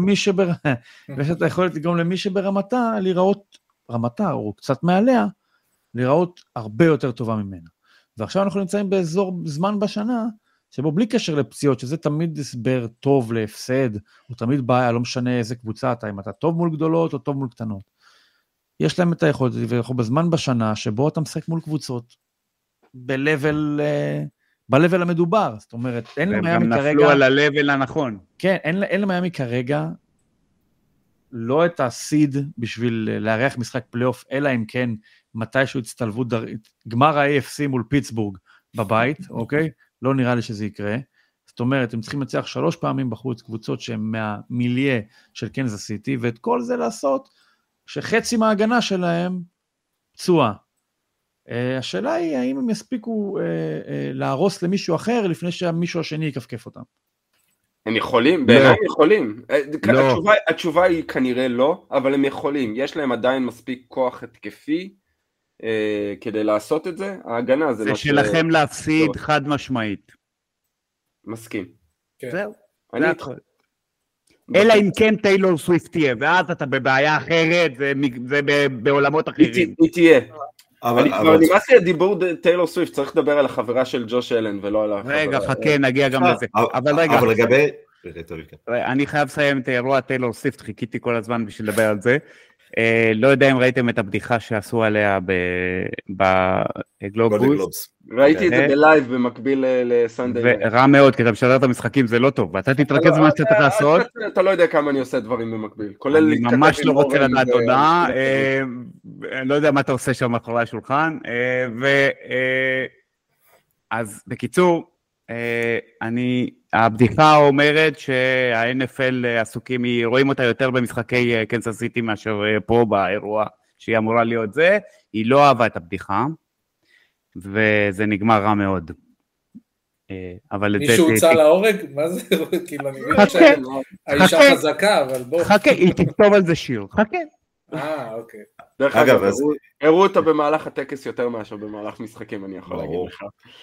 לגרום למי שברמתה, לראות רמתה, או קצת מעליה, לראות הרבה יותר טובה ממנה. ועכשיו אנחנו נמצאים באזור זמן בשנה, שבו בלי קשר לפציעות, שזה תמיד הסבר טוב להפסד, או תמיד בעיה, לא משנה איזה קבוצה אתה, אם אתה טוב מול גדולות או טוב מול קטנות. יש להם את היכולת, ואנחנו בזמן בשנה, שבו אתה משחק מול קבוצות, ב-level המדובר, זאת אומרת, אין למיימי כרגע... הם נפלו על ה-level הנכון. כן, אין למיימי כרגע לא את הסיד בשביל לארח משחק פלייאוף, אלא אם כן מתישהו הצטלבו גמר ה-AFC מול פיטסבורג בבית, אוקיי? לא נראה לי שזה יקרה. זאת אומרת, הם צריכים לצליח 3 פעמים בחוץ, קבוצות שהן מהמיליה של קנזס סיטי, ואת כל זה לעשות, שחצי מההגנה שלהם פצועה. השאלה היא, האם הם יספיקו להרוס למישהו אחר, לפני שהמישהו השני יקפקף אותם? הם יכולים, בעיניי הם יכולים. התשובה היא כנראה לא, אבל הם יכולים. יש להם עדיין מספיק כוח התקפי, כדי לעשות את זה. ההגנה זה זה שלכם להפסיד חד משמעית. מסכים. זהו. אלא אם כן טיילור סוויפט תהיה, ואז אתה בבעיה אחרת, זה בעולמות אחרים. היא תהיה. אני כבר נמאס לי הדיבור טיילור סוויפט, צריך לדבר על החברה של ג'וש אלן ולא על החברה. רגע, חכה, נגיע גם לזה. אבל רגע, אני חייב לסיים את האירוע טיילור סוויפט, חיכיתי כל הזמן בשביל לדבר על זה. לא יודע אם ראיתם את הבדיחה שעשו עליה בגלובוס. ראיתי את זה בלייב במקביל לסנדיי. רע מאוד, כי אתה משדר את המשחקים, זה לא טוב, ואתה תתרכז במה שאתה צריך לעשות. אתה לא יודע כמה אני עושה דברים במקביל. אני ממש לא רוצה לדעת תודה, אני לא יודע מה אתה עושה שם מאחורי השולחן, אז בקיצור, הבדיחה אומרת שה-NFL עסוקים, רואים אותה יותר במשחקי קנזס סיטי מאשר פה באירוע שהיא אמורה להיות זה, היא לא אהבה את הבדיחה, וזה נגמר רע מאוד. מישהו הוצא להורג? מה זה? כאילו אני מבין שהאישה חזקה, אבל בוא. חכה, היא תכתוב על זה שיר, חכה. אוקיי. דרך אגב, הראו אותה במהלך הטקס יותר מאשר במהלך משחקים, אני יכול להגיד לך.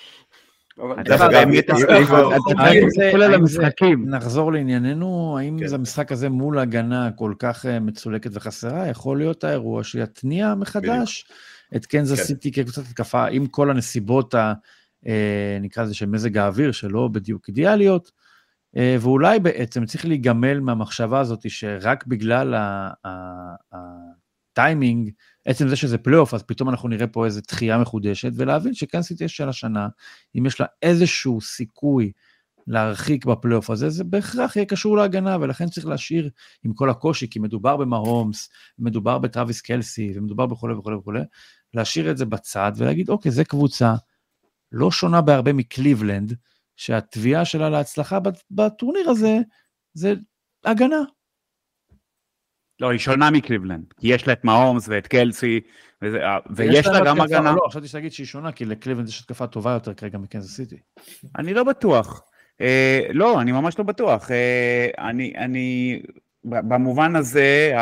נחזור לענייננו, האם זה המשחק הזה מול הגנה כל כך מצולקת וחסרה, יכול להיות האירוע שיתניע מחדש את קנזס סיטי כקבוצת התקפה, עם כל הנסיבות, נקרא לזה של מזג האוויר, שלא בדיוק אידיאליות, ואולי בעצם צריך להיגמל מהמחשבה הזאת, שרק בגלל הטיימינג, עצם זה שזה פלייאוף, אז פתאום אנחנו נראה פה איזו דחייה מחודשת, ולהבין שקנזס סיטי של השנה, אם יש לה איזשהו סיכוי להרחיק בפלייאוף הזה, זה בהכרח יהיה קשור להגנה, ולכן צריך להשאיר עם כל הקושי, כי מדובר במהומס, מדובר בטרוויס קלסי, ומדובר בכל וכו' וכו', להשאיר את זה בצד, ולהגיד, אוקיי, זה קבוצה לא שונה בהרבה מקליבלנד, שהתביעה שלה להצלחה בטורניר הזה, זה הגנה. לא, היא שונה מקליבלנד, כי יש לה את מהומס ואת קלסי, ויש לה גם הגנה. לא, חשבתי שתגיד שהיא שונה, כי לקליבלנד יש התקפה טובה יותר כרגע מקנזס סיטי. אני לא בטוח. לא, אני ממש לא בטוח. אני במובן הזה,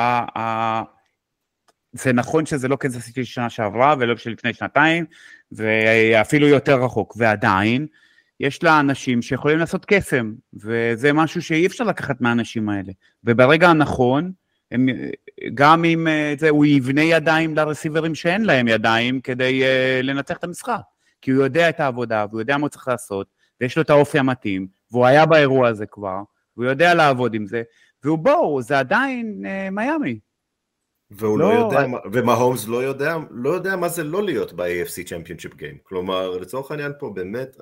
זה נכון שזה לא קנזס סיטי שנה שעברה, ולא שלפני שנתיים, ואפילו יותר רחוק, ועדיין, יש לה אנשים שיכולים לעשות קסם, וזה משהו שאי אפשר לקחת מהאנשים האלה. וברגע הנכון, גם אם הוא יבנה ידיים לרסיברים שאין להם ידיים, כדי לנצח את המשחק. כי הוא יודע את העבודה, והוא יודע מה הוא צריך לעשות, ויש לו את האופי המתאים, והוא היה באירוע הזה כבר, והוא יודע לעבוד עם זה, והוא בואו, זה עדיין מיאמי. והוא לא יודע, ומהומס לא יודע מה זה לא להיות ב-AFC Championship Game. כלומר, לצורך העניין פה באמת,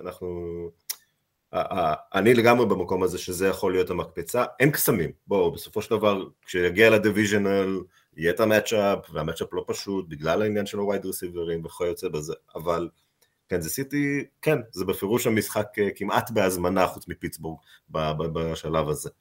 אני לגמרי במקום הזה שזה יכול להיות המקפצה, אין קסמים. בואו, בסופו של דבר, כשיגיע לדיוויז'נל, יהיה את המאצ'אפ, והמאצ'אפ לא פשוט, בגלל העניין של הווייד רסיברים וכל יוצא בזה, אבל קנזס סיטי, כן, זה בפירוש המשחק כמעט בהזמנה, חוץ מפיטסבורג, בשלב הזה.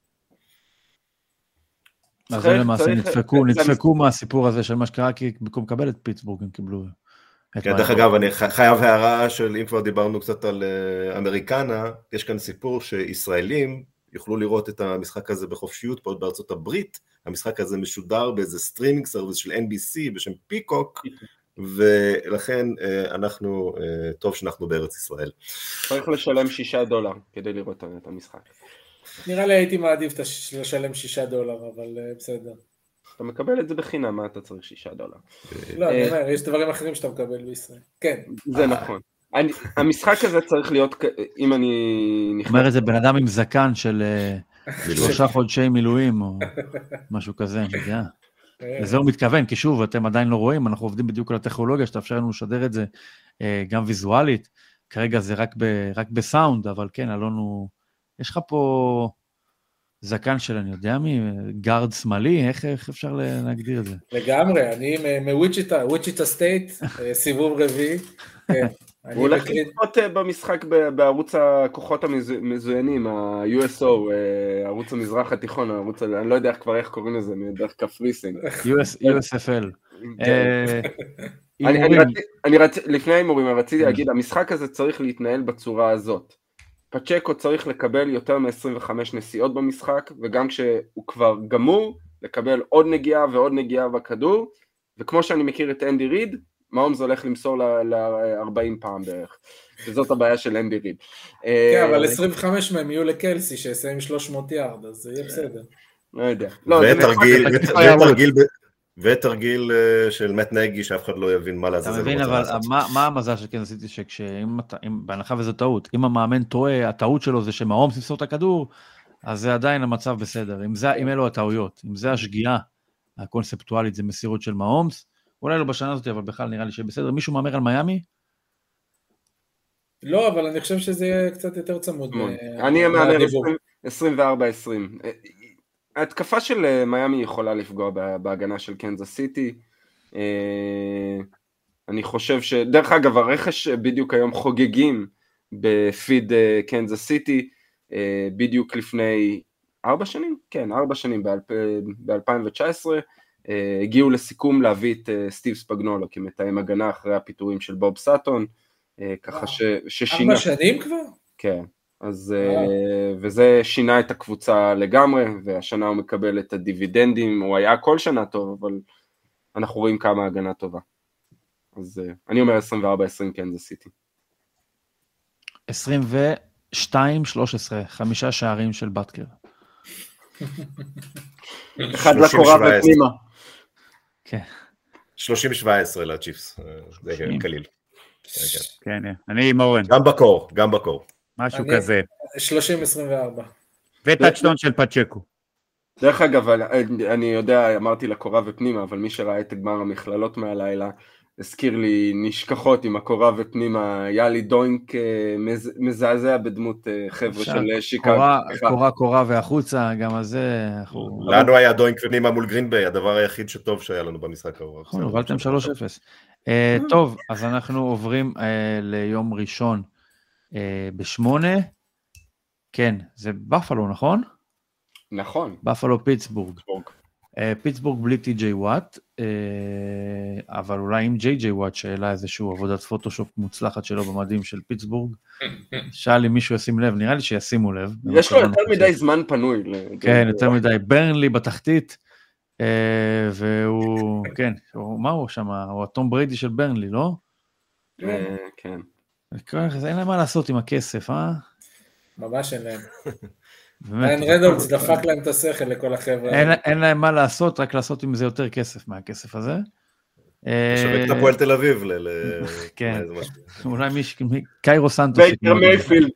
אז זה למעשה נדפקו מהסיפור הזה של מה שקרה, כי במקום לקבל את פיטסבורג הם קיבלו. כן, דרך אגב, אני חייב הערה של, אם כבר דיברנו קצת על אמריקנה, יש כאן סיפור שישראלים יוכלו לראות את המשחק הזה בחופשיות פה בארצות הברית, המשחק הזה משודר באיזה סטרימינג סרוויס של NBC בשם פיקוק, ולכן אנחנו, טוב שאנחנו בארץ ישראל. צריך לשלם $6 כדי לראות את המשחק. נראה לי הייתי מעדיף לשלם $6, אבל בסדר. אתה מקבל את זה בחינם, מה אתה צריך $6? לא, אני אומר, יש דברים אחרים שאתה מקבל בישראל. כן. זה נכון. המשחק הזה צריך להיות, אם אני אומר את זה בן אדם עם זקן של 3 חודשי מילואים, או משהו כזה, אני יודע. לזה הוא מתכוון, כי שוב, אתם עדיין לא רואים, אנחנו עובדים בדיוק על הטכנולוגיה, שתאפשר לנו לשדר את זה גם ויזואלית, כרגע זה רק בסאונד, אבל כן, אלונו, יש לך פה זקן של, אני יודע מי, גארד שמאלי, איך אפשר להגדיר את זה? לגמרי, אני מוויצ'יטה סטייט, סיבוב רביעי, כן. הוא הולך לצפות במשחק בערוץ הכוחות המזוינים, ה-USO, ערוץ המזרח התיכון, אני לא יודע איך קוראים לזה, דרך קפריסין. USFL. לפני האימורים, רציתי להגיד, המשחק הזה צריך להתנהל בצורה הזאת. פצ'קו צריך לקבל יותר מ-25 נסיעות במשחק, וגם כשהוא כבר גמור, לקבל עוד נגיעה ועוד נגיעה בכדור, וכמו שאני מכיר את אנדי ריד, מהומס הולך למסור ל-40 פעם בערך, וזאת הבעיה של אנדי ריד. כן, אבל 25 מהם יהיו לקלסי, שיסיים 300 יארד, אז זה יהיה בסדר. לא יודע. ותרגיל של מת נגי, שאף אחד לא יבין מה לעשות. אתה מבין, אבל מה המזל שכן עשיתי, בהנחה וזו טעות, אם המאמן טועה, הטעות שלו זה שמהומס ימסור את הכדור, אז זה עדיין המצב בסדר. אם אלו הטעויות, אם זה השגיאה הקונספטואלית, זה מסירות של מהומס, אולי לא בשנה הזאת, אבל בכלל נראה לי שבסדר. מישהו מאמר על מיאמי? לא, אבל אני חושב שזה יהיה קצת יותר צמוד. אני מאמר 24-20. ההתקפה של מיאמי יכולה לפגוע בהגנה של קנזס סיטי. אני חושב דרך אגב, הרכש בדיוק היום חוגגים בפיד קנזס סיטי, בדיוק לפני 4 שנים? כן, 4 שנים, ב-2019, הגיעו לסיכום להביא את סטיב ספגנולו כמתאם הגנה אחרי הפיטורים של בוב סאטון, ככה ששינה... 4 שנים כבר? כן, אז וזה שינה את הקבוצה לגמרי, והשנה הוא מקבל את הדיבידנדים, הוא היה כל שנה טוב, אבל אנחנו רואים כמה הגנה טובה. אז אני אומר 24-20 קנזס סיטי. 22-13, 5 שערים של בטקר. אחד לקורה ופנימה. כן. 30-17 לצ'יפס, זה קליל. כן, אני עם אורן. גם בקור. משהו כזה. 30-24. וטאצ'דאון של פצ'קו. דרך אגב, אני יודע, אמרתי לקורה ופנימה, אבל מי שראה את גמר המכללות מהלילה, הזכיר לי נשכחות עם הקורה ופנימה, היה לי דוינק מזעזע בדמות חבר'ה של שיקגו. קורה והחוצה, גם על זה. לנו היה דוינק ופנימה מול גרינביי, הדבר היחיד שטוב שהיה לנו במשחק ההוא. נכון, הובלתם 3-0. טוב, אז אנחנו עוברים ליום ראשון ב8. כן, זה בפלו, נכון? נכון. בפלו פיטסבורג. פיטסבורג בלי טי.ג'יי וואט, אבל אולי עם ג'יי.ג'יי וואט שהעלה איזשהו עבודת פוטושופ מוצלחת שלו במדים של פיטסבורג. שאל אם מישהו ישים לב, נראה לי שישימו לב. יש לו יותר מדי זמן פנוי. כן, יותר מדי. ברנלי בתחתית, והוא, כן, מה הוא שם? הוא הטום בריידי של ברנלי, לא? כן. אין להם מה לעשות עם הכסף, אה? ממש אין להם. ריין רנולדס דפק להם את השכל לכל החבר'ה. אין להם מה לעשות, רק לעשות עם זה יותר כסף מהכסף הזה. שווה את הפועל תל אביב. כן, אולי קיירו סנטוס. בייקר מייפילד.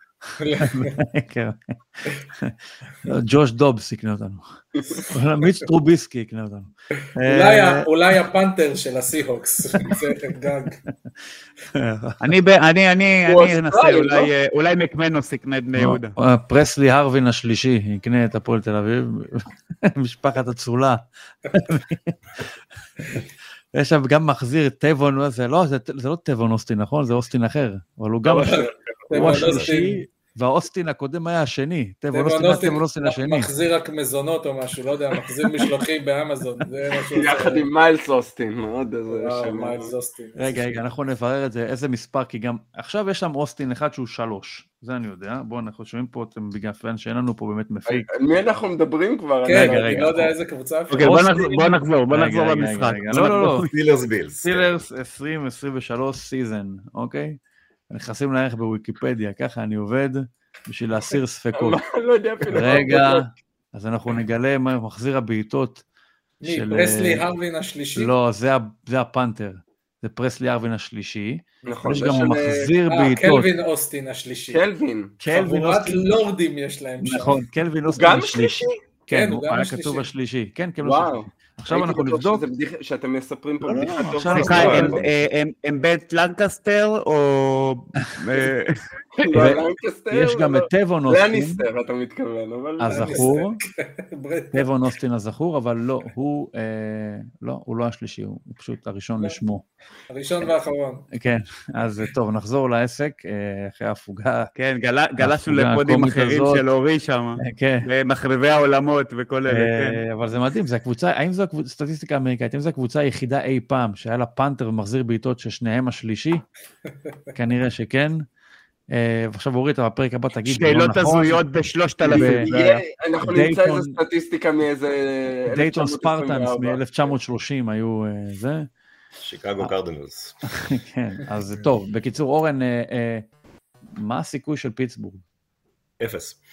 ג'וש דובס יקנה אותנו. מיץ' טרוביסקי יקנה אותנו. אולי הפנתר של הסיהוקס. זה גג. אני אנסה, אולי מקמנוס יקנה את בני יהודה. פרסלי הרווין השלישי יקנה את הפועל תל אביב. משפחת הצולה. יש שם גם מחזיר טבעון, זה לא טבעון אוסטין, נכון? זה אוסטין אחר, אבל הוא גם השלישי, והאוסטין הקודם היה השני, טבעון אוסטין השני. מחזיר רק מזונות או משהו, לא יודע, מחזיר משלוחים באמזון, זה משהו... יחד עם מיילס אוסטין, מאוד איזה שם. מיילס אוסטין. רגע, אנחנו נברר את זה, איזה מספר, כי גם, עכשיו יש שם אוסטין אחד שהוא 3, זה אני יודע, בואו אנחנו שומעים פה, אתם בגלל פן שאין לנו פה באמת מפיק. על מי אנחנו מדברים כבר? כן, אני לא יודע איזה קבוצה. אוקיי, בוא נחזור למשחק. לא, סטילרס בילס. סטילרס 2023 סיזן, אוקיי? נכנסים לערך בוויקיפדיה, ככה אני עובד, בשביל להסיר ספקות. לא יודע אפילו. רגע, אז אנחנו נגלה מה מחזיר הבעיטות. פרסלי הרווין השלישי? לא, זה הפנתר. זה פרסלי הרווין השלישי. נכון. יש גם מחזיר בעיטות. קלווין אוסטין השלישי. קלווין. חבורת לורדים יש להם שם. נכון, קלווין אוסטין השלישי. כן, הוא היה כתוב השלישי. כן, קלווין השלישי. עכשיו אנחנו נבדוק. שאתם מספרים פה בדיחה טוב. הם בית לנקסטר או... יש גם את טבעון אוסטין. לניסטר אתה מתכוון, אבל... הזכור. טבעון אוסטין הזכור, אבל לא, הוא לא השלישי, הוא פשוט הראשון לשמו. הראשון והאחרון. כן, אז טוב, נחזור לעסק, אחרי ההפוגה. כן, גלשנו לפודים אחרים של אורי שם, מחרבי העולמות וכל אלה. אבל זה מדהים, זה הקבוצה, האם זו סטטיסטיקה אמריקאית, האם זו הקבוצה היחידה אי פעם, שהיה לה פנתר ומחזיר בעיטות ששניהם השלישי? כנראה שכן. ועכשיו אורית, בפרק הבא תגיד, שאלות הזויות ב3,000. אנחנו נמצא איזה סטטיסטיקה מאיזה... דייטון ספרטנס מ-1930 היו זה. שיקגו קרדינלס. כן, אז טוב, בקיצור, אורן, מה הסיכוי של פיטסבורג? 0.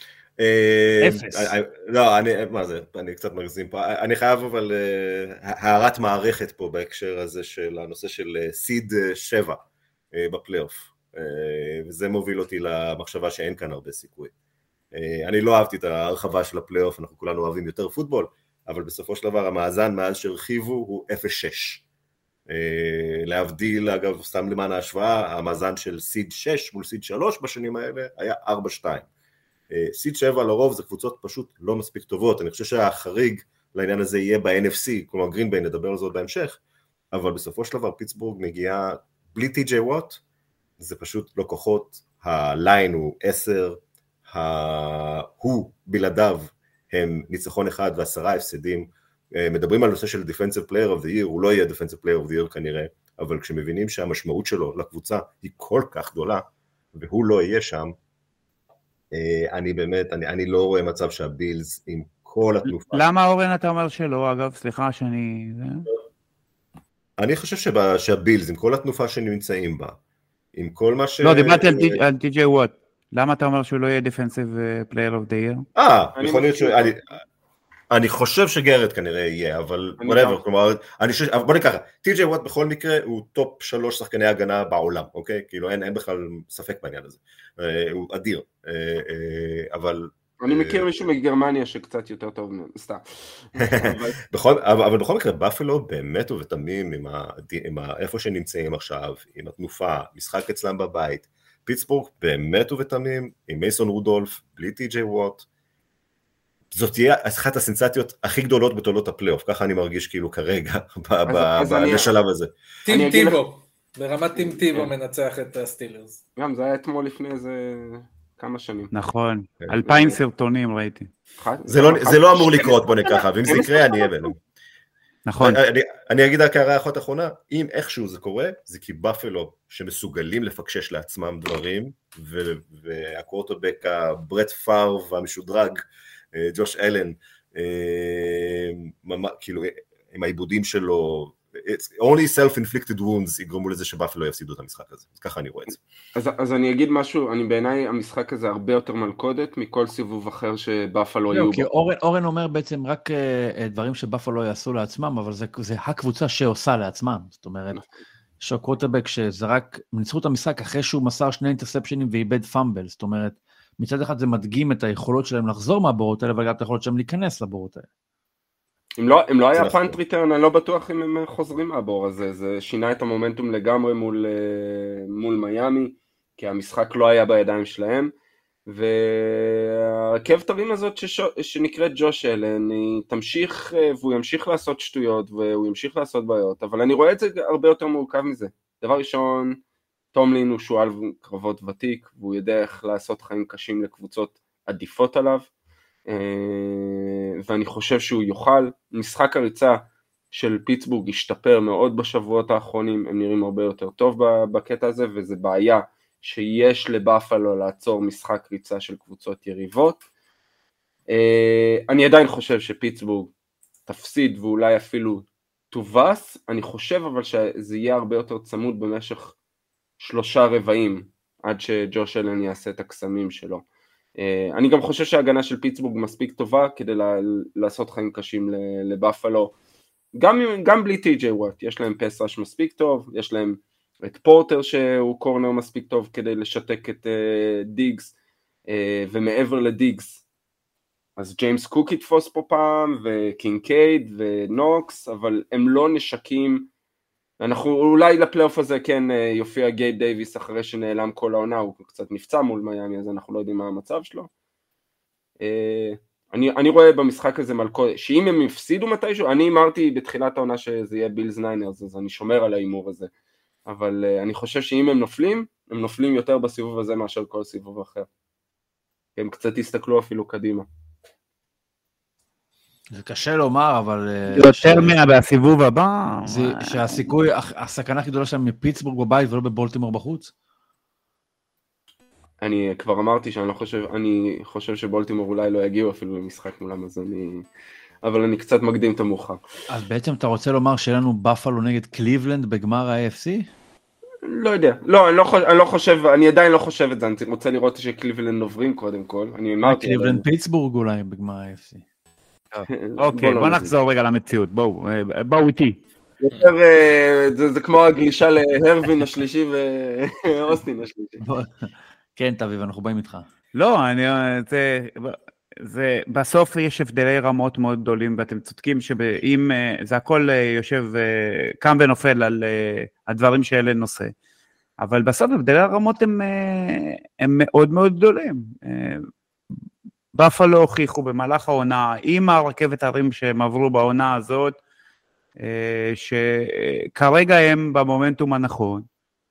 לא, מה זה, אני קצת מגזים פה, אני חייב אבל הערת מערכת פה בהקשר הזה של הנושא של סיד 7 בפלייאוף, וזה מוביל אותי למחשבה שאין כאן הרבה סיכוי. אני לא אהבתי את ההרחבה של הפלייאוף, אנחנו כולנו אוהבים יותר פוטבול, אבל בסופו של דבר המאזן מאז שהרחיבו הוא 0-6. להבדיל, אגב, סתם למען ההשוואה, המאזן של סיד 6 מול סיד 3 בשנים האלה היה 4-2. סיד 7 לרוב זה קבוצות פשוט לא מספיק טובות, אני חושב שהחריג לעניין הזה יהיה ב-NFC, כלומר גרינביי, נדבר על זאת בהמשך, אבל בסופו של דבר פיטסבורג מגיעה בלי טי.ג'יי וואט, זה פשוט לא כוחות, הליין הוא 10, הוא בלעדיו הם ניצחון אחד ו10 הפסדים, מדברים על נושא של Defensive Player of the Year, הוא לא יהיה Defensive Player of the Year כנראה, אבל כשמבינים שהמשמעות שלו לקבוצה היא כל כך גדולה, והוא לא יהיה שם, אני באמת, אני לא רואה מצב שהבילס עם כל התנופה. למה אורן אתה אומר שלא, אגב? סליחה שאני... אני חושב שהבילס, עם כל התנופה שנמצאים בה, עם כל מה ש... לא, דיברתי על טי.ג'יי וואט. למה אתה אומר שהוא לא יהיה Defensive Player of the Year? יכול להיות אני חושב שגרד כנראה יהיה, אבל whatever, כלומר, בוא נקרא, טי.ג'יי וואט בכל מקרה הוא טופ 3 שחקני הגנה בעולם, אוקיי? כאילו אין בכלל ספק בעניין הזה, הוא אדיר, אבל אני מכיר מישהו מגרמניה שקצת יותר טוב מהם, סתם. אבל בכל מקרה, באפלו באמת ובתמים עם איפה שנמצאים עכשיו, עם התנופה, משחק אצלם בבית, פיטסבורג באמת ובתמים, עם מייסון רודולף, בלי טי.ג'יי ווט, זאת תהיה אחת הסנסציות הכי גדולות בתולדות הפלייאוף, ככה אני מרגיש כאילו כרגע, בשלב הזה. טים טיבו, ברמת טים טיבו מנצח את הסטילרס. גם זה היה אתמול לפני איזה כמה שנים. נכון, 2,000 סרטונים ראיתי. זה לא אמור לקרות, בוא נקחה, ואם זה יקרה אני אהיה בנו. נכון. אני אגיד רק הערה אחת אחרונה, אם איכשהו זה קורה, זה כי באפלו שמסוגלים לפקשש לעצמם דברים, והקוורטרבק הברט פאר והמשודרג, ג'וש אלן, כאילו עם העיבודים שלו, only self-inflicted wounds יגרמו לזה שבאפלו יפסידו את המשחק הזה, ככה אני רואה את זה. אז אני אגיד משהו, בעיניי המשחק הזה הרבה יותר מלכודת מכל סיבוב אחר שבאפלו יהיו בו. כי אורן אומר בעצם רק דברים שבאפלו יעשו לעצמם, אבל זה הקבוצה שעושה לעצמם, זאת אומרת, שהקווטרבק שזרק, ניצחו את המשחק אחרי שהוא מסר 2 אינטרספשנים ואיבד פאמבל, זאת אומרת, מצד אחד זה מדגים את היכולות שלהם לחזור מהבורות האלה, וגם את היכולות שלהם להיכנס לבורות האלה. אם לא היה פאנט ריטרן, אני לא בטוח אם הם חוזרים מהבור הזה, זה שינה את המומנטום לגמרי מול מיימי, כי המשחק לא היה בידיים שלהם, והרכב תרים הזאת שנקראת ג'וש אלן, היא תמשיך, והוא ימשיך לעשות שטויות, והוא ימשיך לעשות בעיות, אבל אני רואה את זה הרבה יותר מורכב מזה. דבר ראשון, טומלין הוא שועל קרבות ותיק, והוא יודע איך לעשות חיים קשים לקבוצות עדיפות עליו, ואני חושב שהוא יוכל. משחק הריצה של פיטסבורג השתפר מאוד בשבועות האחרונים, הם נראים הרבה יותר טוב בקטע הזה, וזה בעיה שיש לבאפלו לעצור משחק ריצה של קבוצות יריבות. אני עדיין חושב שפיטסבורג תפסיד ואולי אפילו תובס, אני חושב אבל שזה יהיה הרבה יותר צמוד במשך 3 רבעים, עד שג'וש אלן יעשה את הקסמים שלו. אני גם חושב שההגנה של פיטסבורג מספיק טובה כדי לעשות חיים קשים לבאפלו, גם בלי טי.ג'יי ווט, יש להם פס רש מספיק טוב, יש להם את פורטר שהוא קורנר מספיק טוב כדי לשתק את דיגס, ומעבר לדיגס, אז ג'יימס קוק יתפוס פה פעם, וקינקייד ונוקס, אבל הם לא נשקים, אנחנו אולי לפלייאוף הזה כן יופיע גייב דייביס אחרי שנעלם כל העונה, הוא קצת נפצע מול מיימי, אז אנחנו לא יודעים מה המצב שלו. אני רואה במשחק הזה מלכודת, שאם הם יפסידו מתישהו, אני אמרתי בתחילת העונה שזה יהיה בילס ניינרס, אז אני שומר על האימור הזה, אבל אני חושב שאם הם נופלים יותר בסיבוב הזה מאשר כל סיבוב אחר. הם קצת יסתכלו אפילו קדימה. זה קשה לומר, אבל... יותר מהסיבוב הבא... שהסיכוי, הסכנה הכי גדולה שלהם מפיטסבורג בבית ולא בבולטימור בחוץ? אני כבר אמרתי אני חושב שבולטימור אולי לא יגיעו אפילו למשחק מולם, אבל אני קצת מקדים את המאוחר. אז בעצם אתה רוצה לומר שלנו באפלו נגד קליבלנד בגמר ה-AFC? לא יודע, לא, אני לא חושב, אני עדיין לא חושב את זה, אני רוצה לראות שקליבלנד עוברים קודם כל. קליבלנד פיטסבורג אולי בגמר ה-AFC. אוקיי, בוא נחזור רגע למציאות, בואו איתי. זה כמו הגלישה להרווין השלישי ואוסטין השלישי. כן, תביב, אנחנו באים איתך. לא, בסוף יש הבדלי רמות מאוד גדולים, ואתם צודקים שאם זה הכל יושב, קם ונופל על הדברים שאלה נושא, אבל בסוף הבדלי הרמות הם מאוד מאוד גדולים. באפלו הוכיחו במהלך העונה, עם הרכבת הרים שהם עברו בעונה הזאת, שכרגע הם במומנטום הנכון,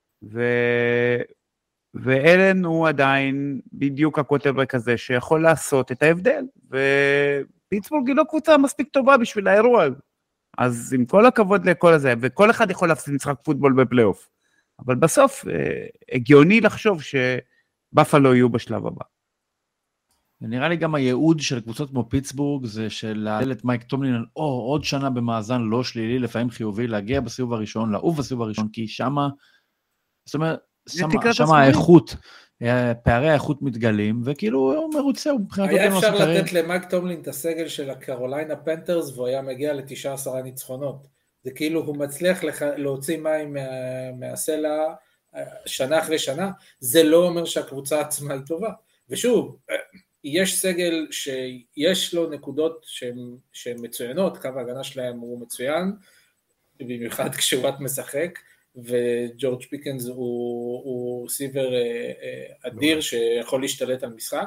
ואלן הוא עדיין בדיוק הקווטרבק הזה שיכול לעשות את ההבדל, ופיטסבורג היא לא קבוצה מספיק טובה בשביל האירוע הזה. אז עם כל הכבוד לכל הזה, וכל אחד יכול להפסיד משחק פוטבול בפלייאוף, אבל בסוף הגיוני לחשוב שבאפלו יהיו בשלב הבא. נראה לי גם הייעוד של קבוצות כמו פיטסבורג זה של להעל את מייק טומלין על עוד שנה במאזן לא שלילי, לפעמים חיובי, להגיע בסיבוב הראשון, לעוף בסיבוב הראשון, כי שמה, זאת אומרת, שמה האיכות, פערי האיכות מתגלים, וכאילו הוא מרוצה, הוא מבחינת היה אפשר לתת למייק טומלין את הסגל של הקרוליינה פנתרס, והוא היה מגיע ל19 ניצחונות. זה כאילו הוא מצליח להוציא מים מהסלע שנה אחרי שנה, זה לא אומר שהקבוצה עצמה היא טובה. ושוב, יש סגל שיש לו נקודות שהן מצוינות, קו ההגנה שלהם הוא מצוין, במיוחד כשהוא רק משחק, וג'ורג' פיקנס הוא סיבר אדיר שיכול להשתלט על משחק,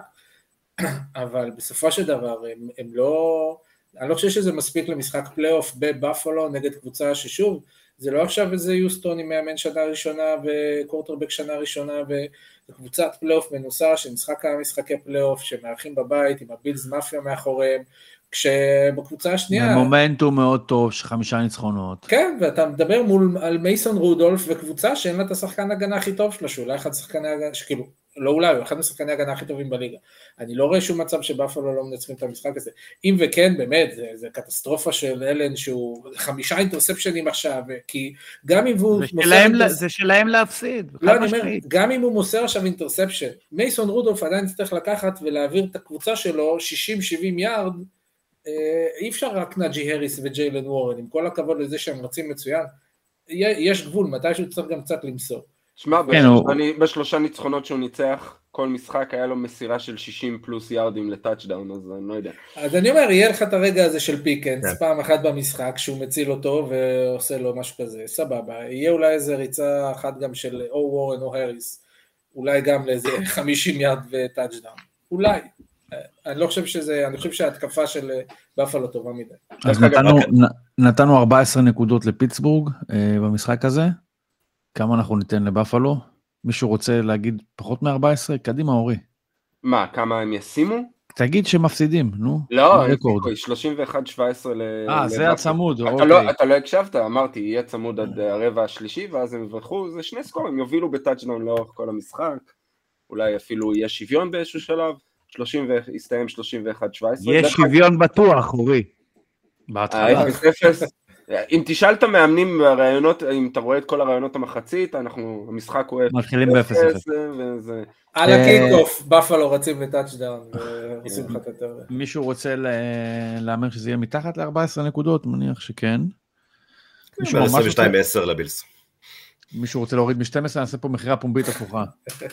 אבל בסופו של דבר הם לא, אני לא חושב שזה מספיק למשחק פלייאוף בבאפלו נגד קבוצה ששוב, זה לא עכשיו איזה יוסטון עם מאמן שנה ראשונה וקורטרבק שנה ראשונה וקבוצת פלייאוף מנוסה שמשחק משחקי פלייאוף שמארחים בבית עם הבילס מאפיה מאחוריהם, כשבקבוצה השנייה... מומנטום מאוד טוב, 5 ניצחונות. כן, ואתה מדבר על מייסון רודולף וקבוצה שאין לה את השחקן הגנה הכי טוב שלו, שאולי אחד שחקני הגנה, שכאילו, לא אולי, הוא אחד משחקני הגנה הכי טובים בליגה. אני לא רואה שום מצב שבאפלו לא מנצחים את המשחק הזה. אם וכן, באמת, זה קטסטרופה של אלן, שהוא 5 אינטרספשנים עכשיו, כי גם אם הוא... זה שלהם להפסיד. לא, אני אומר, גם אם הוא מוסר עכשיו אינטרספשן, מייסון רודולף עדיין צריך לקחת ולהעביר את הקבוצה שלו 60-70 יארד, אי אפשר רק נאג'י הריס וג'יילן וורן, עם כל הכבוד לזה שהם רצים מצוין, יש גבול, מתישהו צריך גם קצת למסור. שמע, בשלושה ניצחונות שהוא ניצח, כל משחק היה לו מסירה של 60 פלוס יארדים לטאצ'דאון, אז אני לא יודע. אז אני אומר, יהיה לך את הרגע הזה של פיקנס, פעם אחת במשחק, שהוא מציל אותו ועושה לו משהו כזה, סבבה, יהיה אולי איזה ריצה אחת גם של או וורן או הריס, אולי גם לאיזה 50 יארד וטאצ'דאון, אולי. אני לא חושב שזה, אני חושב שההתקפה של באפלו טובה מדי. אז נתנו 14 נקודות לפיטסבורג במשחק הזה, כמה אנחנו ניתן לבאפלו? מישהו רוצה להגיד פחות מ-14? קדימה אורי. מה, כמה הם ישימו? תגיד שמפסידים, נו. לא, 31-17 זה הצמוד, אתה לא הקשבת, אמרתי, יהיה צמוד עד הרבע השלישי, ואז הם יברחו, זה 2 סקורים, יובילו בטאצ'דאון לאורך כל המשחק, אולי אפילו יהיה שוויון באיזשהו שלב, יסתיים 31-17. יש שוויון בטוח, אורי. בהתחלה. אם תשאל את המאמנים ברעיונות, אם אתה רואה את כל הרעיונות המחצית, המשחק הוא... מתחילים ב-0-0. על הקיק-אוף, באפלו רצים לטאצ'דאון, ועושים לך את התיאוריה. מישהו רוצה לאמר שזה יהיה מתחת ל-14 נקודות? מניח שכן. 22-10 לבילס. מישהו רוצה להוריד מ-12, נעשה פה מחירה פומבית הפוכה.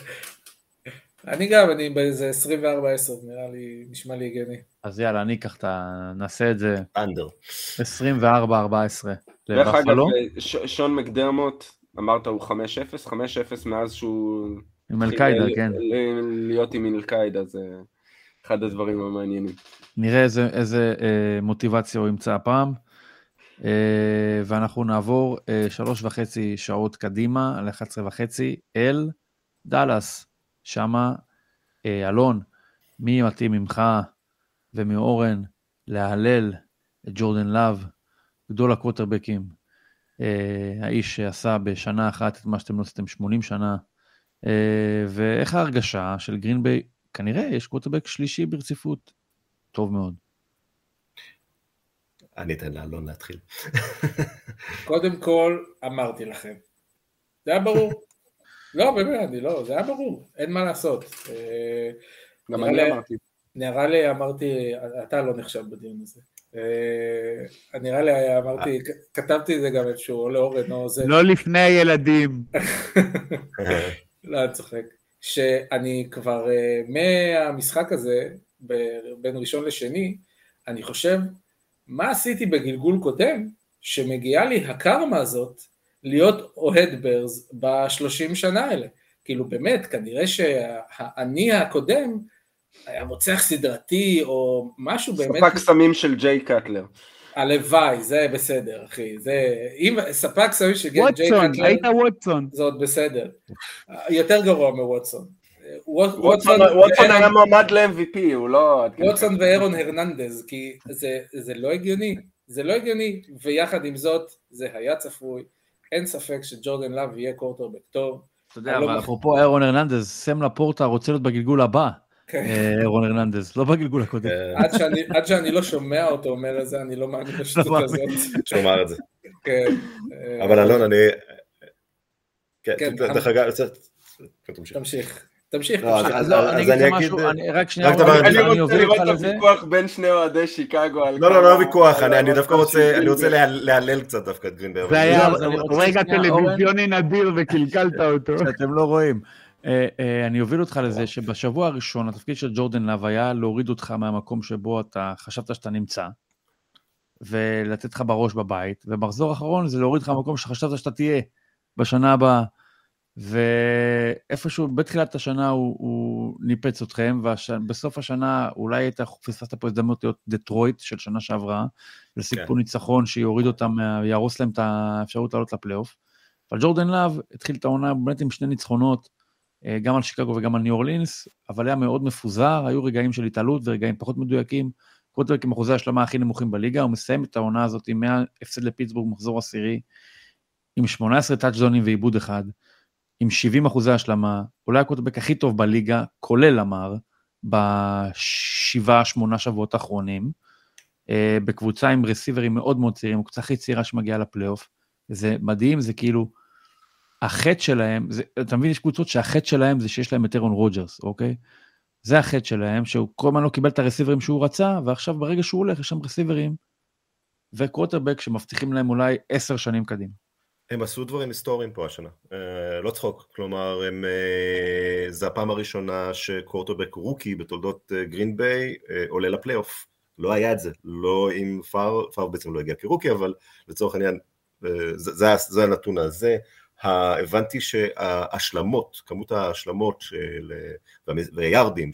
אני גם, אני באיזה 24-10, נשמע לי הגיוני. אז יאללה, אני אקח נעשה את זה. אנדר. 24-14. דרך אגב, שון מקדרמוט, אמרת הוא 5-0 מאז שהוא... עם אל-קאידה, כן. להיות עם אל-קאידה, זה אחד הדברים המעניינים. נראה איזה מוטיבציה הוא ימצא הפעם, ואנחנו נעבור 3.5 שעות קדימה, על 11.5, אל דלס. שמה, אלון, מי מתאים ממך ומאורן להלל את ג'ורדן לב, גדול הקווטרבקים, האיש שעשה בשנה אחת את מה שאתם לא עשיתם 80 שנה, ואיך ההרגשה של גרין ביי, כנראה יש קווטרבק שלישי ברציפות, טוב מאוד. אני אתן לאלון להתחיל. קודם כל, אמרתי לכם, זה היה ברור. לא, באמת, זה היה ברור, אין מה לעשות. גם אני אמרתי. נראה לי, אמרתי, אתה לא נחשב בדיון הזה. נראה לי, אמרתי, כתבתי את זה גם איפשהו, או לאורן, או זה. לא לפני הילדים. לא, אני צוחק. שאני כבר, מהמשחק הזה, בין ראשון לשני, אני חושב, מה עשיתי בגלגול קודם, שמגיעה לי הקרמה הזאת, להיות אוהד ברז ב-30 שנה האלה. כאילו באמת, כנראה שהאני הקודם היה מוצח סדרתי או משהו באמת... ספק סמים של ג'יי קטלר. הלוואי, זה בסדר, אחי. אם ספק סמים של ג'יי קטלר... ווטסון, היית ווטסון. זה עוד בסדר. יותר גרוע מווטסון. ווטסון היה מועמד ל-MVP, הוא לא... ווטסון ואירון הרננדז, כי זה לא הגיוני. זה לא הגיוני, ויחד עם זאת, זה היה צפוי. אין ספק שג'ורדן לב יהיה קורטרבק טוב. אתה יודע, אבל אפרופו אירון הרננדז, סם לפורטה רוצה להיות בגלגול הבא, אירון הרננדז, לא בגלגול הקודם. עד שאני לא שומע אותו אומר את זה, אני לא מאמין לשטות הזאת. שומע את זה. אבל אלון, אני... דרך אגב, תמשיך. אז אני אגיד לך משהו, רק שנייה, אני רוצה לראות את הוויכוח בין שני אוהדי שיקגו. לא ויכוח, אני דווקא רוצה להלל קצת דווקא את גרין ביי. זה היה רגע טלוויזיוני נדיר וקלקלת אותו. שאתם לא רואים. אני אוביל אותך לזה שבשבוע הראשון, התפקיד של ג'ורדן לאב היה להוריד אותך מהמקום שבו אתה חשבת שאתה נמצא, ולתת לך בראש בבית, ובמחזור האחרון זה להוריד לך מהמקום שחשבת שאתה תהיה בשנה הבאה, ואיפשהו בתחילת השנה הוא ניפץ אתכם, ובסוף השנה אולי אתה פספסת פה הזדמנות להיות דטרויט של שנה שעברה, ולהשיג פה ניצחון שיוריד אותם, יהרוס להם את האפשרות לעלות לפלייאוף, אבל ג'ורדן לאב התחיל את העונה באמת עם 2 ניצחונות, גם על שיקגו וגם על ניו אורלינס, אבל היה מאוד מפוזר, היו רגעים של התעלות ורגעים פחות מדויקים, קווטרבק עם אחוזי השלמה הכי נמוכים בליגה, הוא מסיים את העונה הזאת עם 100 הפסד לפיטסבורג מחזור עשירי, עם 18 טאצ'דאונים ועיבוד אחד, עם 70 אחוזי השלמה, אולי הקווטרבק הכי טוב בליגה, כולל אמר, ב7-8 שבועות האחרונים, בקבוצה עם רסיברים מאוד מאוד צעירים, קבוצה הכי צעירה שמגיעה לפלייאוף, זה מדהים, זה כאילו, החטא שלהם, אתה מבין, יש קבוצות שהחטא שלהם זה שיש להם את אירון רוג'רס, אוקיי? זה החטא שלהם, שהוא כל הזמן לא קיבל את הרסיברים שהוא רצה, ועכשיו ברגע שהוא הולך, יש שם רסיברים, וקווטרבק שמבטיחים להם אולי 10 שנים קדימה. הם עשו דברים היסטוריים פה השנה, לא צחוק, כלומר, זה הפעם הראשונה שקווטרבק רוקי בתולדות גרין ביי עולה לפלייאוף, לא היה את זה, לא עם פאר בעצם לא הגיע כרוקי, אבל לצורך העניין, זה הנתון הזה, הבנתי שההשלמות, כמות ההשלמות והירדים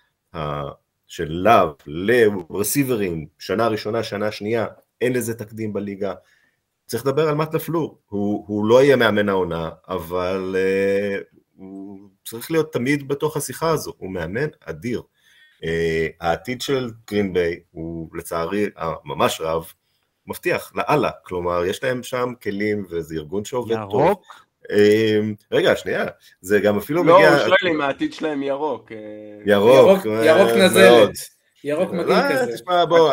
של לאב לרסיברים, שנה ראשונה, שנה שנייה, אין לזה תקדים בליגה, צריך לדבר על מאט לפלור, הוא לא יהיה מאמן העונה, אבל הוא צריך להיות תמיד בתוך השיחה הזו, הוא מאמן אדיר. העתיד של גרין ביי הוא לצערי ממש רב, מבטיח, לאללה, כלומר יש להם שם כלים וזה ארגון שעובד טוב. ירוק? רגע, שנייה, זה גם אפילו לא, מגיע... לא, הוא שואל אם העתיד שלהם ירוק. ירוק נזלת, ירוק מדהים כזה. תשמע, בוא,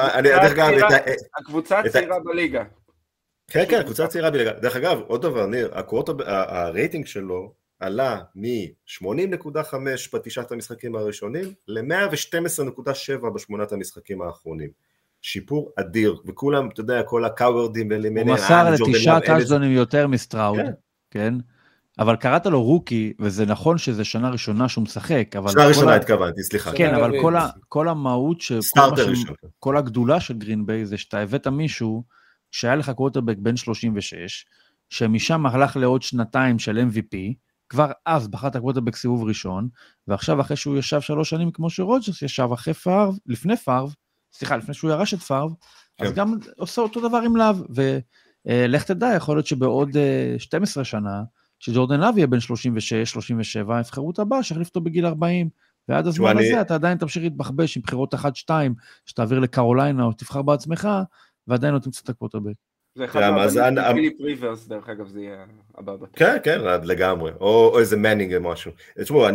הקבוצה הצעירה בליגה. כן, כן, קבוצה צעירה בליגה. דרך אגב, עוד דבר, ניר, הרייטינג שלו עלה מ-80.5 בתשעת המשחקים הראשונים ל-112.7 בשמונת המשחקים האחרונים. שיפור אדיר, וכולם, אתה יודע, כל הקאוורדים, הוא מסר לתשעה טאצ'דאונים יותר מסטראוד, כן? אבל קראת לו רוקי, וזה נכון שזה שנה ראשונה שהוא משחק, אבל... שנה ראשונה התכוונתי, סליחה. כן, אבל כל המהות, כל הגדולה של גרין ביי, זה שאתה הבאת מישהו, שהיה לך קווטרבק בן 36, שמשם הלך לעוד 2 של MVP, כבר אז בחרת קווטרבק סיבוב ראשון, ועכשיו אחרי שהוא ישב 3 שנים, כמו שרוג'רס ישב אחרי פארב, לפני שהוא ירש את פארב, אז גם עושה אותו דבר עם לאב, ולך תדע, יכול להיות שבעוד 12 שנה, שג'ורדן לאב יהיה בין 36, 37, יבחרו את הבא, שיחליף אותו בגיל 40, ועד הזמן הזה אתה עדיין תמשיך להתבחבש עם בחירות 1-2, שתעביר לקרוליינה או תבחר בעצמך, ועדיין לא תמצא את הקווטרבק. זה אחד מהבנים, פיליפ ריברס, דרך אגב, זה יהיה הבא. כן, כן, לגמרי, או איזה מנינג או משהו. תשמעו,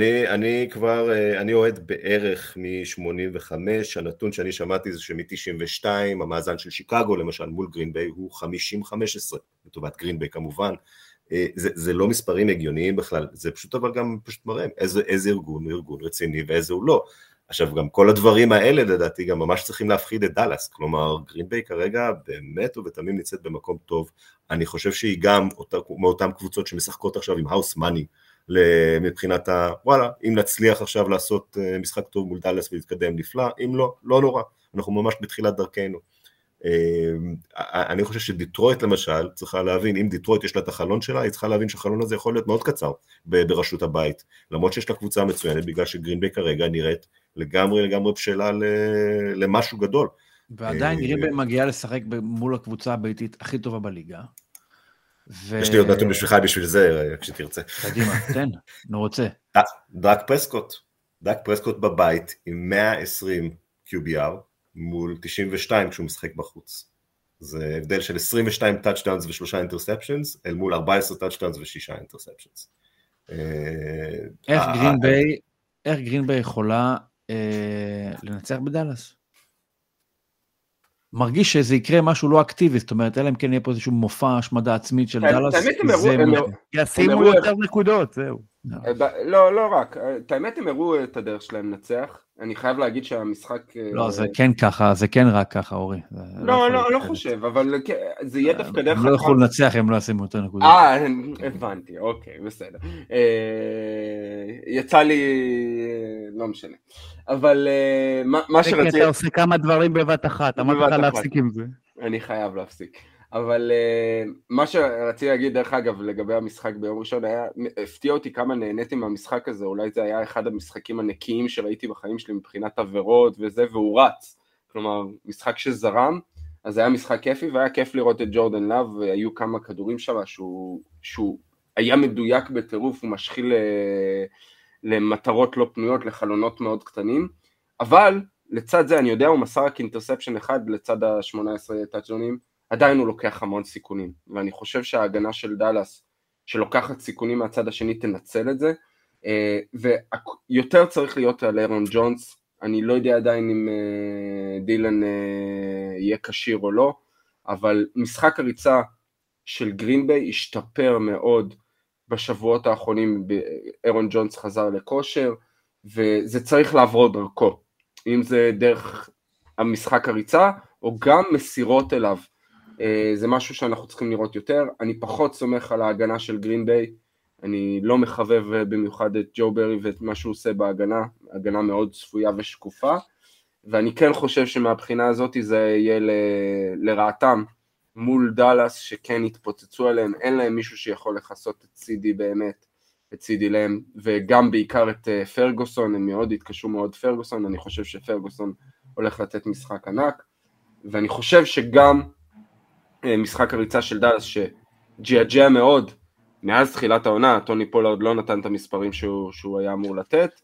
אני אוהד בערך מ-85, הנתון שאני שמעתי זה שמ-92, המאזן של שיקגו, למשל, מול גרין ביי, הוא 50-15, לטובת גרין ביי כמובן, זה לא מספרים הגיוניים בכלל, זה פשוט אבל גם פשוט מראה איזה ארגון הוא ארגון רציני ואיזה הוא לא. עכשיו גם כל הדברים האלה לדעתי גם ממש צריכים להפחיד את דלס, כלומר גרין ביי כרגע באמת ובתמים נמצאת במקום טוב, אני חושב שהיא גם מאותן קבוצות שמשחקות עכשיו עם האוס מאני, מבחינת וואלה, אם נצליח עכשיו לעשות משחק טוב מול דלס ולהתקדם נפלא, אם לא, לא נורא, אנחנו ממש בתחילת דרכנו. אני חושב שדיטרויט למשל צריכה להבין, אם דיטרויט יש לה את החלון שלה, היא צריכה להבין שהחלון הזה יכול להיות מאוד קצר בראשות הבית, למרות שיש לה קבוצה מצוינת, בגלל שגרין ביי כרגע נראית לגמרי בשאלה למשהו גדול. ועדיין גרין ביי מגיעה לשחק מול הקבוצה הביתית הכי טובה בליגה. יש לי עוד נתון בשביל זה, כשתרצה. קדימה, תן, אני רוצה. דאק פרסקוט בבית עם 120 QBR, מול 92 כשהוא משחק בחוץ. זה הבדל של 22 טאצ'דאונס ו3 אינטרספשנס, אל מול 14 טאצ'דאונס ו6 אינטרספשנס. איך גרין ביי יכולה לנצח בדלס? מרגיש שזה יקרה משהו לא אקטיבי, זאת אומרת, אלא אם כן יהיה פה איזשהו מופע השמדה עצמית של דלס. ישימו יותר נקודות, זהו. לא רק, את האמת הם הראו את הדרך שלהם לנצח, אני חייב להגיד שהמשחק... לא, זה כן ככה, זה כן רק ככה, אורי. לא חושב, אבל זה יהיה דווקא דרך... הם לא יכולו לנצח, הם לא ישימו יותר נקודות. הבנתי, אוקיי, בסדר. יצא לי... לא משנה. אבל מה שרציתי... אתה עושה כמה דברים בבת אחת, אמרת לך להפסיק עם זה. אני חייב להפסיק. אבל מה שרציתי להגיד דרך אגב לגבי המשחק ביום ראשון היה, הפתיע אותי כמה נהניתי מהמשחק הזה, אולי זה היה אחד המשחקים הנקיים שראיתי בחיים שלי מבחינת עבירות וזה, והוא רץ, כלומר משחק שזרם, אז היה משחק כיפי והיה כיף לראות את ג'ורדן לאב, והיו כמה כדורים שם שהוא היה מדויק בטירוף, הוא משחיל למטרות לא פנויות, לחלונות מאוד קטנים, אבל לצד זה אני יודע הוא מסר רק אינטרספשן אחד לצד ה-18 טאצ'דאונים, עדיין הוא לוקח המון סיכונים, ואני חושב שההגנה של דלס, שלוקחת סיכונים מהצד השני, תנצל את זה, ויותר צריך להיות על אירון ג'ונס, אני לא יודע עדיין אם דילן יהיה קשיר או לא, אבל משחק הריצה של גרין ביי השתפר מאוד בשבועות האחרונים, אירון ג'ונס חזר לכושר, וזה צריך לעבור דרכו, אם זה דרך המשחק הריצה, או גם מסירות אליו, זה משהו שאנחנו צריכים לראות יותר, אני פחות סומך על ההגנה של גרין ביי, אני לא מחבב במיוחד את ג'ו ברי ואת מה שהוא עושה בהגנה, הגנה מאוד צפויה ושקופה, ואני כן חושב שמהבחינה הזאת זה יהיה לרעתם, מול דלס שכן התפוצצו עליהם, אין להם מישהו שיכול לחסות את סידי באמת, את סידי להם, וגם בעיקר את פרגוסון, הם מאוד התקשו מאוד פרגוסון, אני חושב שפרגוסון הולך לתת משחק ענק, ואני חושב שגם משחק הריצה של דלס שג'יאג'יה מאוד, מאז תחילת העונה, טוני פולארד לא נתן את המספרים שהוא היה אמור לתת,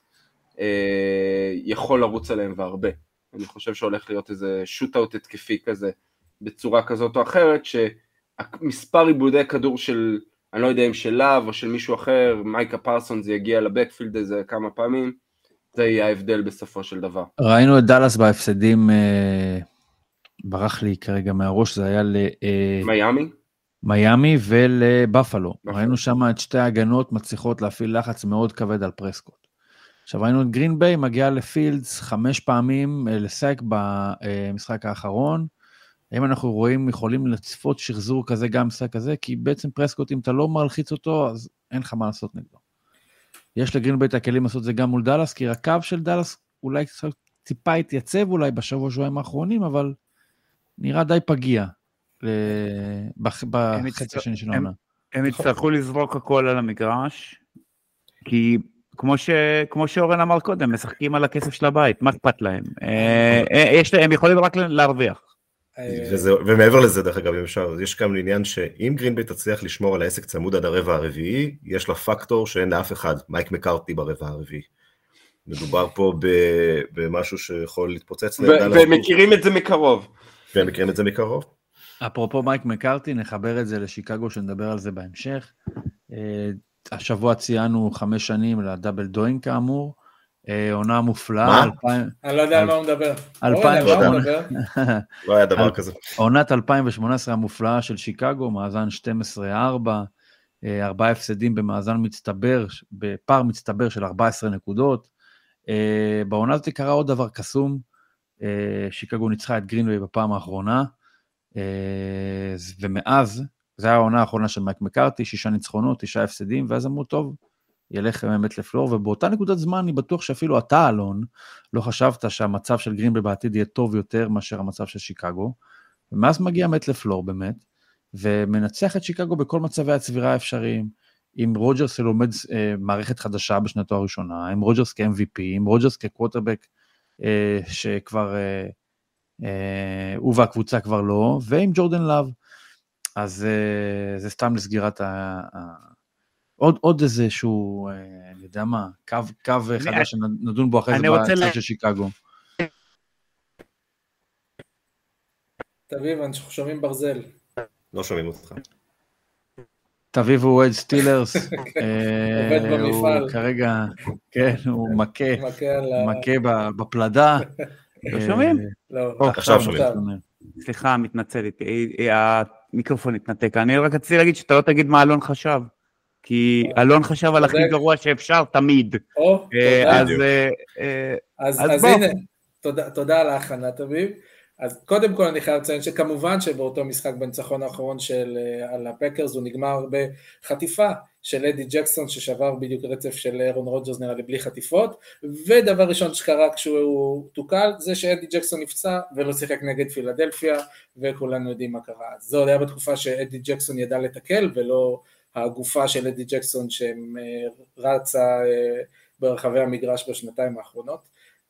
יכול לרוץ עליהם והרבה. אני חושב שהולך להיות איזה שוט-אוט התקפי כזה, בצורה כזאת או אחרת, שמספר עיבודי כדור של, אני לא יודע אם של לאב או של מישהו אחר, מייקה פרסון זה יגיע לבקפילד איזה כמה פעמים, זה יהיה ההבדל בסופו של דבר. ראינו את דלס בהפסדים, ברח לי כרגע מהראש, זה היה מיאמי ולבאפלו. ראינו שם את שתי ההגנות מצליחות להפעיל לחץ מאוד כבד על פרסקוט. עכשיו ראינו את גרין ביי מגיע לפילדס 5 פעמים לסק במשחק האחרון. האם אנחנו רואים, יכולים לצפות שחזור כזה גם משחק כזה, כי בעצם פרסקוט אם אתה לא מלחיץ אותו, אז אין לך מה לעשות נגדו. יש לגרין ביי את הכלים לעשות זה גם מול דלס, כי הקו של דלס אולי טיפה התייצב אולי בשבוע-שבועיים האחרונים, אבל נראה די פגיע בחצי השני של העונה. הם יצטרכו לזרוק הכל על המגרש, כי כמו שאורן אמר קודם, משחקים על הכסף של הבית, מה אכפת להם? הם יכולים רק להרוויח. ומעבר לזה דרך אגב, יש גם לעניין שאם גרין ביי תצליח לשמור על העסק צמוד עד הרבע הרביעי, יש לה פקטור שאין לאף אחד, מייק מקארתי ברבע הרביעי. מדובר פה במשהו שיכול להתפוצץ. והם מכירים את זה מקרוב. והם מכירים את זה מקרוב. אפרופו מייק מקארתי, נחבר את זה לשיקגו, שנדבר על זה בהמשך. השבוע ציינו 5 שנים לדאבל דוינג כאמור, עונה מופלאה. אני לא יודע על מה הוא מדבר. לא היה דבר כזה. עונת 2018 המופלאה של שיקגו, מאזן 12-4, 4 הפסדים במאזן מצטבר, בפער מצטבר של 14 נקודות. בעונה הזאת קרה עוד דבר קסום, שיקגו ניצחה את גרין ביי בפעם האחרונה, ומאז, זו הייתה העונה האחרונה של מייק מקארתי, 6 ניצחונות, 9 הפסדים, ואז אמרו טוב, ילך באמת לפלור, ובאותה נקודת זמן אני בטוח שאפילו אתה, אלון, לא חשבת שהמצב של גרין ביי בעתיד יהיה טוב יותר מאשר המצב של שיקגו, ומאז מגיע מת לפלור באמת, ומנצח את שיקגו בכל מצבי הצבירה האפשריים, עם רוג'רס שלומד מערכת חדשה בשנתו הראשונה, עם רוג'רס כ-MVP, עם רוג'רס כקווטרבק, שכבר, הוא והקבוצה כבר לא, ועם ג'ורדן לאב, אז זה סתם לסגירת עוד איזשהו, אני יודע מה, קו חדש שנדון בו אחרי זה בצד של שיקגו. תביב, אנחנו שומעים ברזל. לא שומעים אותך. תביב הוא אוהד סטילרס. עובד במפעל. כרגע, כן, הוא מכה בפלדה. לא שומעים? לא. עכשיו שומעים. סליחה, מתנצלת. המיקרופון התנתק. אני רק רציתי להגיד שאתה לא תגיד מה אלון חשב. כי אלון חשב על הכי גרוע שאפשר תמיד. אז הנה, תודה על ההכנה תביב. אז קודם כל אני חייב לציין שכמובן שבאותו משחק בניצחון האחרון על הפקרס הוא נגמר בחטיפה של אדי ג'קסון ששבר בדיוק רצף של אירון רוג'רס נראה לי בלי חטיפות, ודבר ראשון שקרה כשהוא תוקל זה שאדי ג'קסון נפצע ולא שיחק נגד פילדלפיה וכולנו יודעים מה קרה. אז זו היה בתקופה שאדי ג'קסון ידע לתקל ולא הגופה של אדי ג'קסון שרצה ברחבי המגרש בשנתיים האחרונות.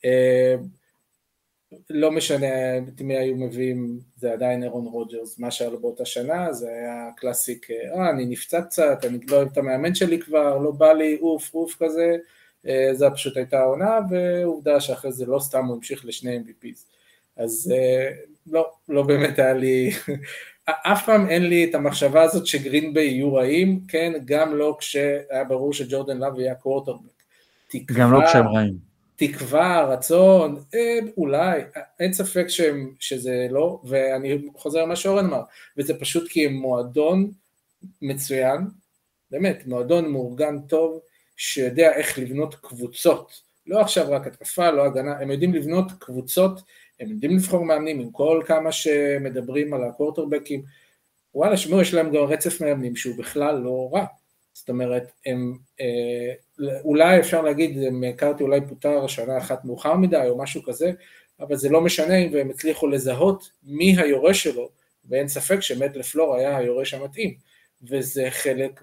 לא משנה את מי היו מביאים, זה עדיין אירון רוג'רס, מה שהיה לו באותה שנה, זה היה קלאסיק, אני נפצע קצת, אני לא אוהב את המאמן שלי כבר, לא בא לי, אוף כזה, זה פשוט הייתה העונה, ועובדה שאחרי זה לא סתם הוא המשיך לשני MVPs, אז לא באמת היה לי, אף פעם אין לי את המחשבה הזאת שגרין ביי יהיו רעים, כן, גם לא כשהיה ברור שג'ורדן לאב יהיה קוורטרבק. גם לא כשהם רעים. תקווה, רצון, אולי, אין ספק שזה לא, ואני חוזר על מה שאורן אמר, וזה פשוט כי הם מועדון מצוין, באמת, מועדון מאורגן טוב, שיודע איך לבנות קבוצות, לא עכשיו רק התקפה, לא הגנה, הם יודעים לבנות קבוצות, הם יודעים לבחור מאמנים, עם כל כמה שמדברים על הקוורטרבקים, וואלה, שמור, יש להם גם רצף מאמנים, שהוא בכלל לא רע, זאת אומרת, הם, אולי אפשר להגיד, קרטי אולי פוטר שנה אחת מאוחר מדי, או משהו כזה, אבל זה לא משנה, והם הצליחו לזהות מי היורש שלו, ואין ספק שמט לפלור היה היורש המתאים, וזה חלק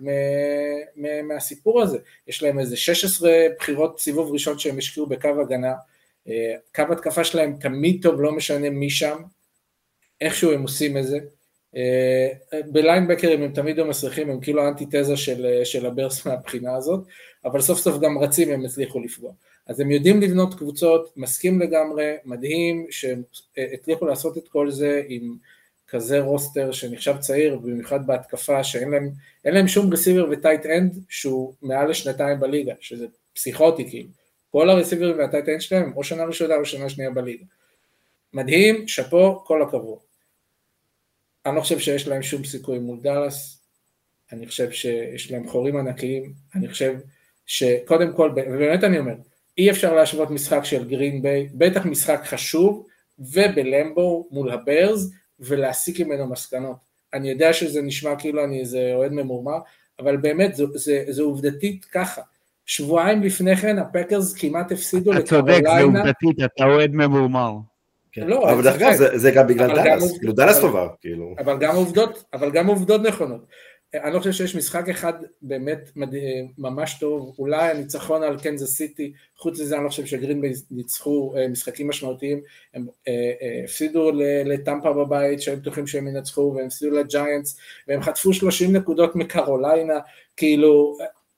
מהסיפור הזה, יש להם איזה 16 בחירות סיבוב ראשון שהם השקיעו בקו הגנה, קו התקפה שלהם תמיד טוב, לא משנה מי שם, איכשהו הם עושים את זה, בליינבקרים הם תמיד לא מסריחים, הם כאילו האנטיתזה של הברס מהבחינה הזאת, אבל סוף סוף גם רצים הם הצליחו לפגוע, אז הם יודעים לבנות קבוצות, מסכים לגמרי, מדהים שהם הצליחו לעשות את כל זה עם כזה רוסטר שנחשב צעיר, במיוחד בהתקפה שאין להם שום רסיבר וטייט אנד שהוא מעל לשנתיים בליגה, שזה פסיכוטי כאילו, כל הרסיבר והטייט אנד שלהם או שנה ראשונה או שנה שנייה בליגה, מדהים, שפו, כל הכבוד. אני לא חושב שיש להם שום סיכוי מול דלס, אני חושב שיש להם חורים ענקיים, אני חושב שקודם כל, ובאמת אני אומר, אי אפשר להשוות משחק של גרין ביי, בטח משחק חשוב, ובלמבו מול הברז, ולהסיק ממנו מסקנות. אני יודע שזה נשמע כאילו אני איזה אוהד ממורמר, אבל באמת זה עובדתית ככה. שבועיים לפני כן הפקרס כמעט הפסידו לקרוליינה. אתה צודק, זה עובדתית, אתה אוהד ממורמר. לא, אבל דרך אגב, זה גם בגלל דלס, כאילו דלס טובה, כאילו. אבל גם עובדות נכונות. אני לא חושב שיש משחק אחד באמת ממש טוב, אולי הניצחון על קנזס סיטי, חוץ לזה אני לא חושב שגרין ביי ניצחו משחקים משמעותיים, הם הפסידו לטמפה בבית, שהם בטוחים שהם ינצחו, והם הפסידו לג'יינטס, והם חטפו 30 נקודות מקרוליינה, כאילו,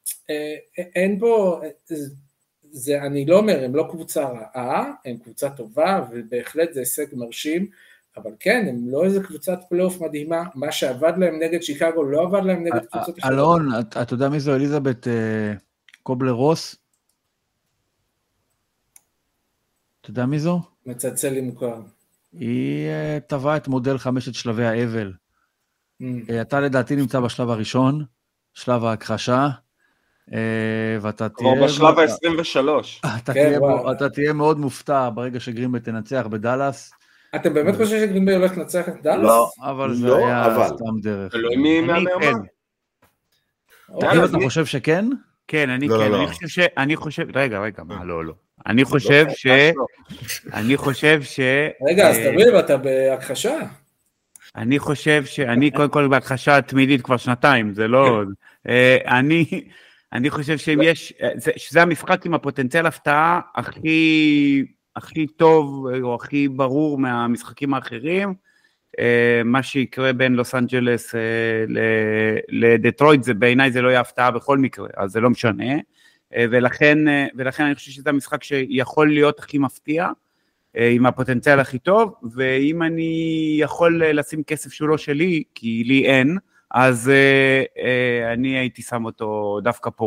אין פה, זה אני לא אומר, הם לא קבוצה רעה, הם קבוצה טובה, ובהחלט זה הישג מרשים, אבל כן, הם לא איזה קבוצת פלייאוף מדהימה, מה שעבד להם נגד שיקגו לא עבד להם נגד קבוצות אחרות. אלון, אתה יודע מי זו אליזבת קובלר רוס? אתה יודע מי זו? מצלצל לי מוכר. היא טבעה את מודל 5 שלבי האבל. אתה לדעתי נמצא בשלב הראשון, שלב ההכחשה, ואתה תהיה... או בשלב ה-23. אתה תהיה מאוד מופתע ברגע שגרין ביי תנצח בדלס. אתם באמת חושבים שגרין ביי הולך לנצח את דלס? לא, אבל זה היה סתם דרך. לא, מי מהמר מה? אם אתה חושב שכן? כן, אני כן. אני חושב... רגע, מה, לא. אני חושב ש... רגע, אז תמיד, אתה בהכחשה. אני חושב שאני קודם כל בהכחשה תמידית כבר שנתיים, זה לא... אני חושב שזה המשחק עם הפוטנציאל הפתעה הכי טוב או הכי ברור מהמשחקים האחרים, מה שיקרה בין לוס אנג'לס לדטרויט, זה בעיניי זה לא יהיה הפתעה בכל מקרה, אז זה לא משנה, ולכן אני חושב שזה המשחק שיכול להיות הכי מפתיע, עם הפוטנציאל הכי טוב, ואם אני יכול לשים כסף שהוא לא שלי, כי לי אין, אז אני הייתי שם אותו דווקא פה.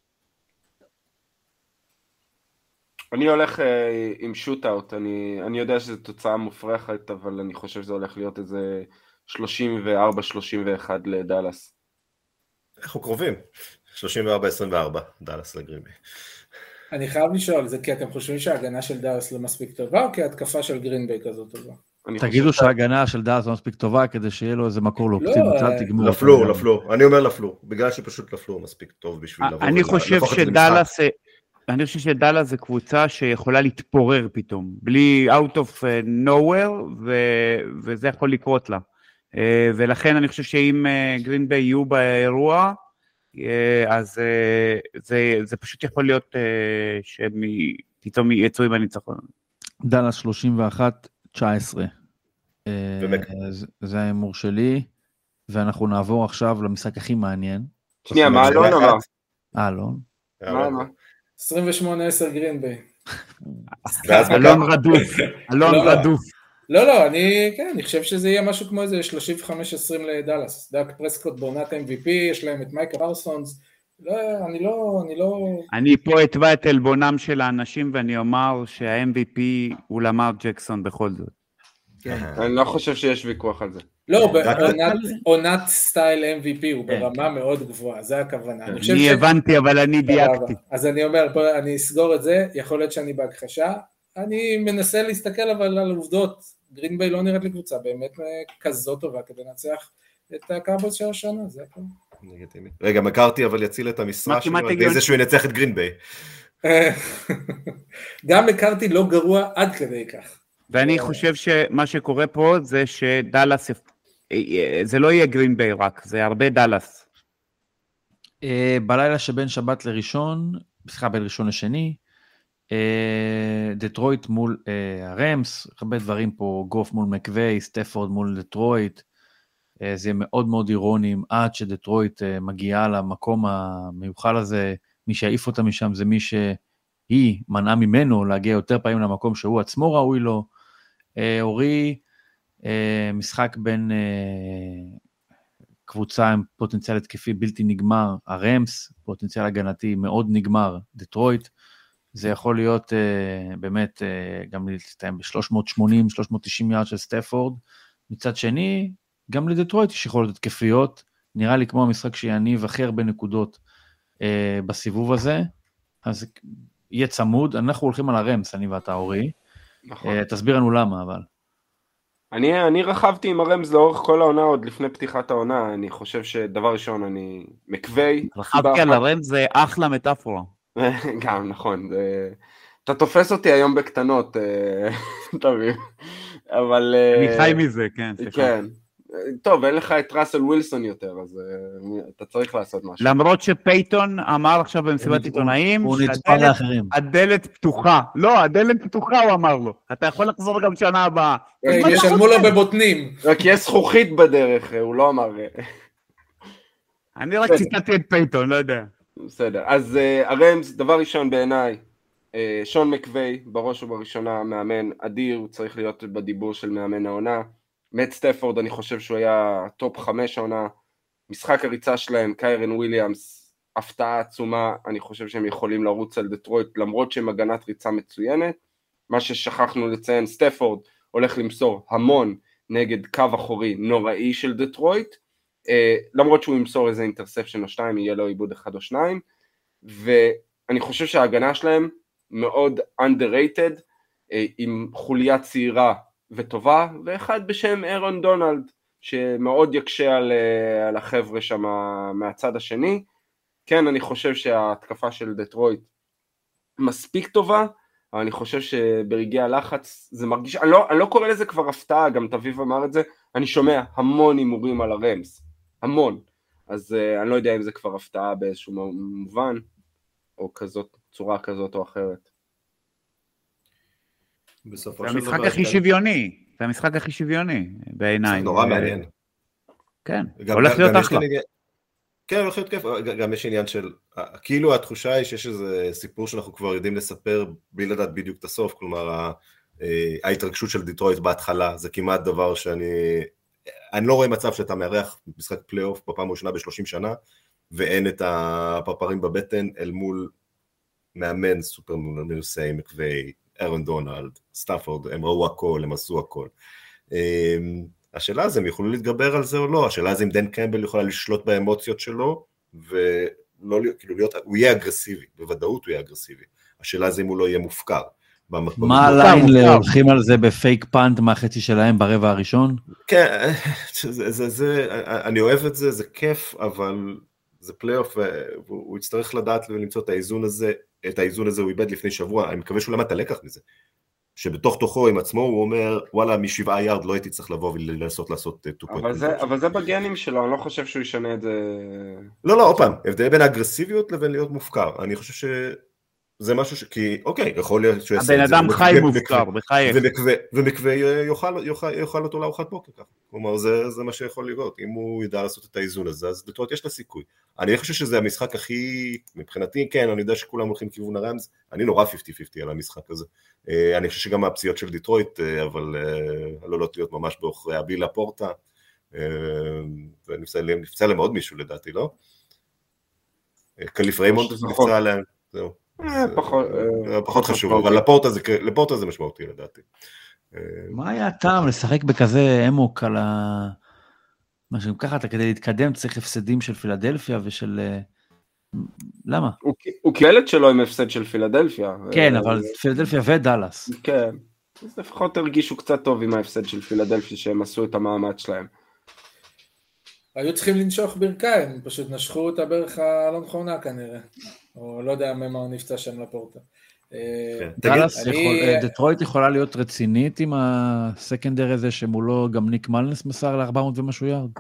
אני הולך עם שוט-אוט, אני יודע שזו תוצאה מופרכת, אבל אני חושב שזה הולך להיות איזה 34-31 לדלס. אנחנו קרובים. דאלאס לגרין ביי. אני חייב לשאול, זה כי אתם חושבים שההגנה של דאלאס לא מספיק טובה, או כי ההתקפה של גרין ביי כזאת טובה? תגידו שההגנה של דאלאס לא מספיק טובה, כדי שיהיה לו איזה מקור לאופטימיות, אל תגמור. לפלור, אני אומר לפלור, בגלל שפשוט לפלור מספיק טוב בשביל לבוא אני חושב שדאלאס זה קבוצה שיכולה להתפורר פתאום, בלי out of nowhere, וזה יכול לקרות לה. ולכן אני חושב שאם גרין ביי יהיו באירוע, אז זה פשוט יכול להיות שפתאום יצאו עם הניצחון. דאלאס 31-19. זה האמור שלי, ואנחנו נעבור עכשיו למשחק הכי מעניין. שנייה, מה אלון אמר? אלון. מה? 28-10 גרין ביי. אלון רדוף. לא, אני חושב שזה יהיה משהו כמו איזה 35-20 לדאלאס. דאק פרסקוט בעונת MVP, יש להם את מייקל פרסונס. אני לא... אני פה אתבע את אלבונם של האנשים, ואני אומר שה-MVP הוא למר ג'קסון בכל זאת. אני לא חושב שיש ויכוח על זה. לא, בעונת סטייל MVP הוא ברמה מאוד גבוהה, זה הכוונה. אני הבנתי, אבל אני דייקתי. אז אני אומר, אני אסגור את זה, יכול להיות שאני בהכחשה, אני מנסה להסתכל אבל על עובדות, גרין ביי לא נראית לי קבוצה, באמת כזאת טובה כדי לנצח את הקארבויז של השנה, זה הכל. רגע, מקארתי אבל יציל את המשרה שלו, זה שהוא ינצח את גרין ביי. גם מקארתי לא גרוע עד כדי כך. ואני חושב שמה שקורה פה זה שדאלאס, זה לא יהיה גרין ביי רק, זה הרבה דאלאס. בלילה שבין שבת לראשון, בשיחה בין ראשון לשני, דטרויט מול הרמס, הרבה דברים פה, גוף מול מקווי, סטפורד מול דטרויט, זה מאוד מאוד אירוני, עד שדטרויט מגיעה למקום המיוחל הזה, מי שהעיף אותה משם זה מי שהיא מנעה ממנו להגיע יותר פעמים למקום שהוא עצמו ראוי לו. אורי, משחק בין קבוצה עם פוטנציאל התקפי בלתי נגמר, הרמס, פוטנציאל הגנתי מאוד נגמר, דטרויט, זה יכול להיות באמת גם להסתיים ב-380-390 יארד של סטפורד, מצד שני, גם לדטרויט יש יכולות התקפיות, נראה לי כמו המשחק שיניב הכי הרבה נקודות בסיבוב הזה, אז יהיה צמוד, אנחנו הולכים על הרמס, אני ואתה אורי, נכון. תסביר לנו למה, אבל. אני רכבתי עם הרמס לאורך כל העונה, עוד לפני פתיחת העונה, אני חושב שדבר ראשון, אני מקווי. רכבתי על הרמס, זה אחלה מטאפורה. גם, נכון. אתה תופס אותי היום בקטנות, תבין. אבל... אני חי מזה, כן. כן. טוב, אין לך את ראסל ווילסון יותר, אז אתה צריך לעשות משהו. למרות שפייטון אמר עכשיו במסיבת עיתונאים, הוא נצפה לאחרים. הדלת פתוחה. לא, הדלת פתוחה הוא אמר לו. אתה יכול לחזור גם שנה הבאה. ישלמו לו בבוטנים. רק יש זכוכית בדרך, הוא לא אמר. אני רק ציטטתי את פייטון, לא יודע. בסדר, אז הרמס, דבר ראשון בעיניי, שון מקווי, בראש ובראשונה מאמן אדיר, הוא צריך להיות בדיבור של מאמן העונה, מאט סטפורד, אני חושב שהוא היה טופ 5 העונה, משחק הריצה שלהם, קיירן וויליאמס, הפתעה עצומה, אני חושב שהם יכולים לרוץ על דטרויט, למרות שהם הגנת ריצה מצוינת, מה ששכחנו לציין, סטפורד הולך למסור המון נגד קו אחורי נוראי של דטרויט, למרות שהוא ימסור איזה אינטרספשן או 2, יהיה לו עיבוד 1 או 2, ואני חושב שההגנה שלהם מאוד underrated, עם חוליה צעירה וטובה, ואחד בשם אירון דונלד, שמאוד יקשה על החבר'ה שם מהצד השני. כן, אני חושב שההתקפה של דטרויט מספיק טובה, אבל אני חושב שברגעי הלחץ זה מרגיש, אני לא קורא לזה כבר הפתעה, גם תביב אמר את זה, אני שומע המון הימורים על הרמס, המון, אז אני לא יודע אם זה כבר הפתעה באיזשהו מובן, או כזאת, צורה כזאת או אחרת. זה המשחק הכי שוויוני, זה המשחק הכי שוויוני בעיניי. זה נורא מעניין. כן, הולך להיות אחלה. כן, הולך להיות כיף, גם יש עניין של, כאילו התחושה היא שיש איזה סיפור שאנחנו כבר יודעים לספר בלי לדעת בדיוק את הסוף, כלומר ההתרגשות של דטרויט בהתחלה, זה כמעט דבר אני לא רואה מצב שאתה מארח משחק פלייאוף בפעם ראשונה ב-30 שנה, ואין את הפרפרים בבטן אל מול מאמן סופר מנוסה, מקווי, אירון דונלד, סטאפורד, הם ראו הכל, הם עשו הכל. השאלה זה, הם יכולו להתגבר על זה או לא? השאלה זה אם דן קמבל יכולה לשלוט באמוציות שלו, הוא יהיה אגרסיבי, בוודאות הוא יהיה אגרסיבי. השאלה זה אם הוא לא יהיה מופקר. מה הליין הולכים על זה בפייק פאנט מהחצי שלהם ברבע הראשון? כן, אני אוהב את זה, זה כיף, אבל זה פלייאוף, והוא יצטרך לדעת למצוא את האיזון הזה, הוא איבד לפני שבוע, אני מקווה שהוא למד את הלקח מזה, שבתוך תוכו עם עצמו הוא אומר, וואלה, מ7 יארד לא הייתי צריך לבוא ולנסות לעשות 2 פוינט. אבל זה בגנים שלו, אני לא חושב שהוא ישנה את זה. לא, עוד פעם, הבדל בין האגרסיביות לבין להיות מופקר, אני חושב שזה משהו כי, אוקיי, יכול להיות שהוא יעשה את זה. הבן אדם חי מופקר, בחייך. ומקווה יאכל אותו לארוחת בוקר ככה. כלומר, זה מה שיכול לראות. אם הוא ידע לעשות את האיזון הזה, אז דטרויט יש לה סיכוי. אני חושב שזה המשחק הכי, מבחינתי, כן, אני יודע שכולם הולכים כיוון הרמז, אני נורא 50-50 על המשחק הזה. אני חושב שגם הפציעות של דטרויט, אבל עלולות להיות ממש באחרי הבילה פורטה, ונפצע להם עוד מישהו לדעתי, לא? קליף ריימונד נפצע להם, זהו. פחות חשוב, אבל לפורטה זה משמעותי לדעתי. מה היה הטעם לשחק בכזה אמוק על מה שגם ככה אתה כדי להתקדם צריך הפסדים של פילדלפיה ושל... למה? הוא קיבל את שלו עם הפסד של פילדלפיה. כן, אבל פילדלפיה ודלס. כן, אז לפחות הרגישו קצת טוב עם ההפסד של פילדלפיה שהם עשו את המאמץ שלהם. היו צריכים לנשוך ברכיים, פשוט נשכו את הברך הלא נכונה כנראה. או לא יודע מה נפצע שם לפורטה. דטרויט יכולה להיות רצינית עם הסקנדר הזה שמולו גם ניק מלנס מסר ל400 ומשהו יארד?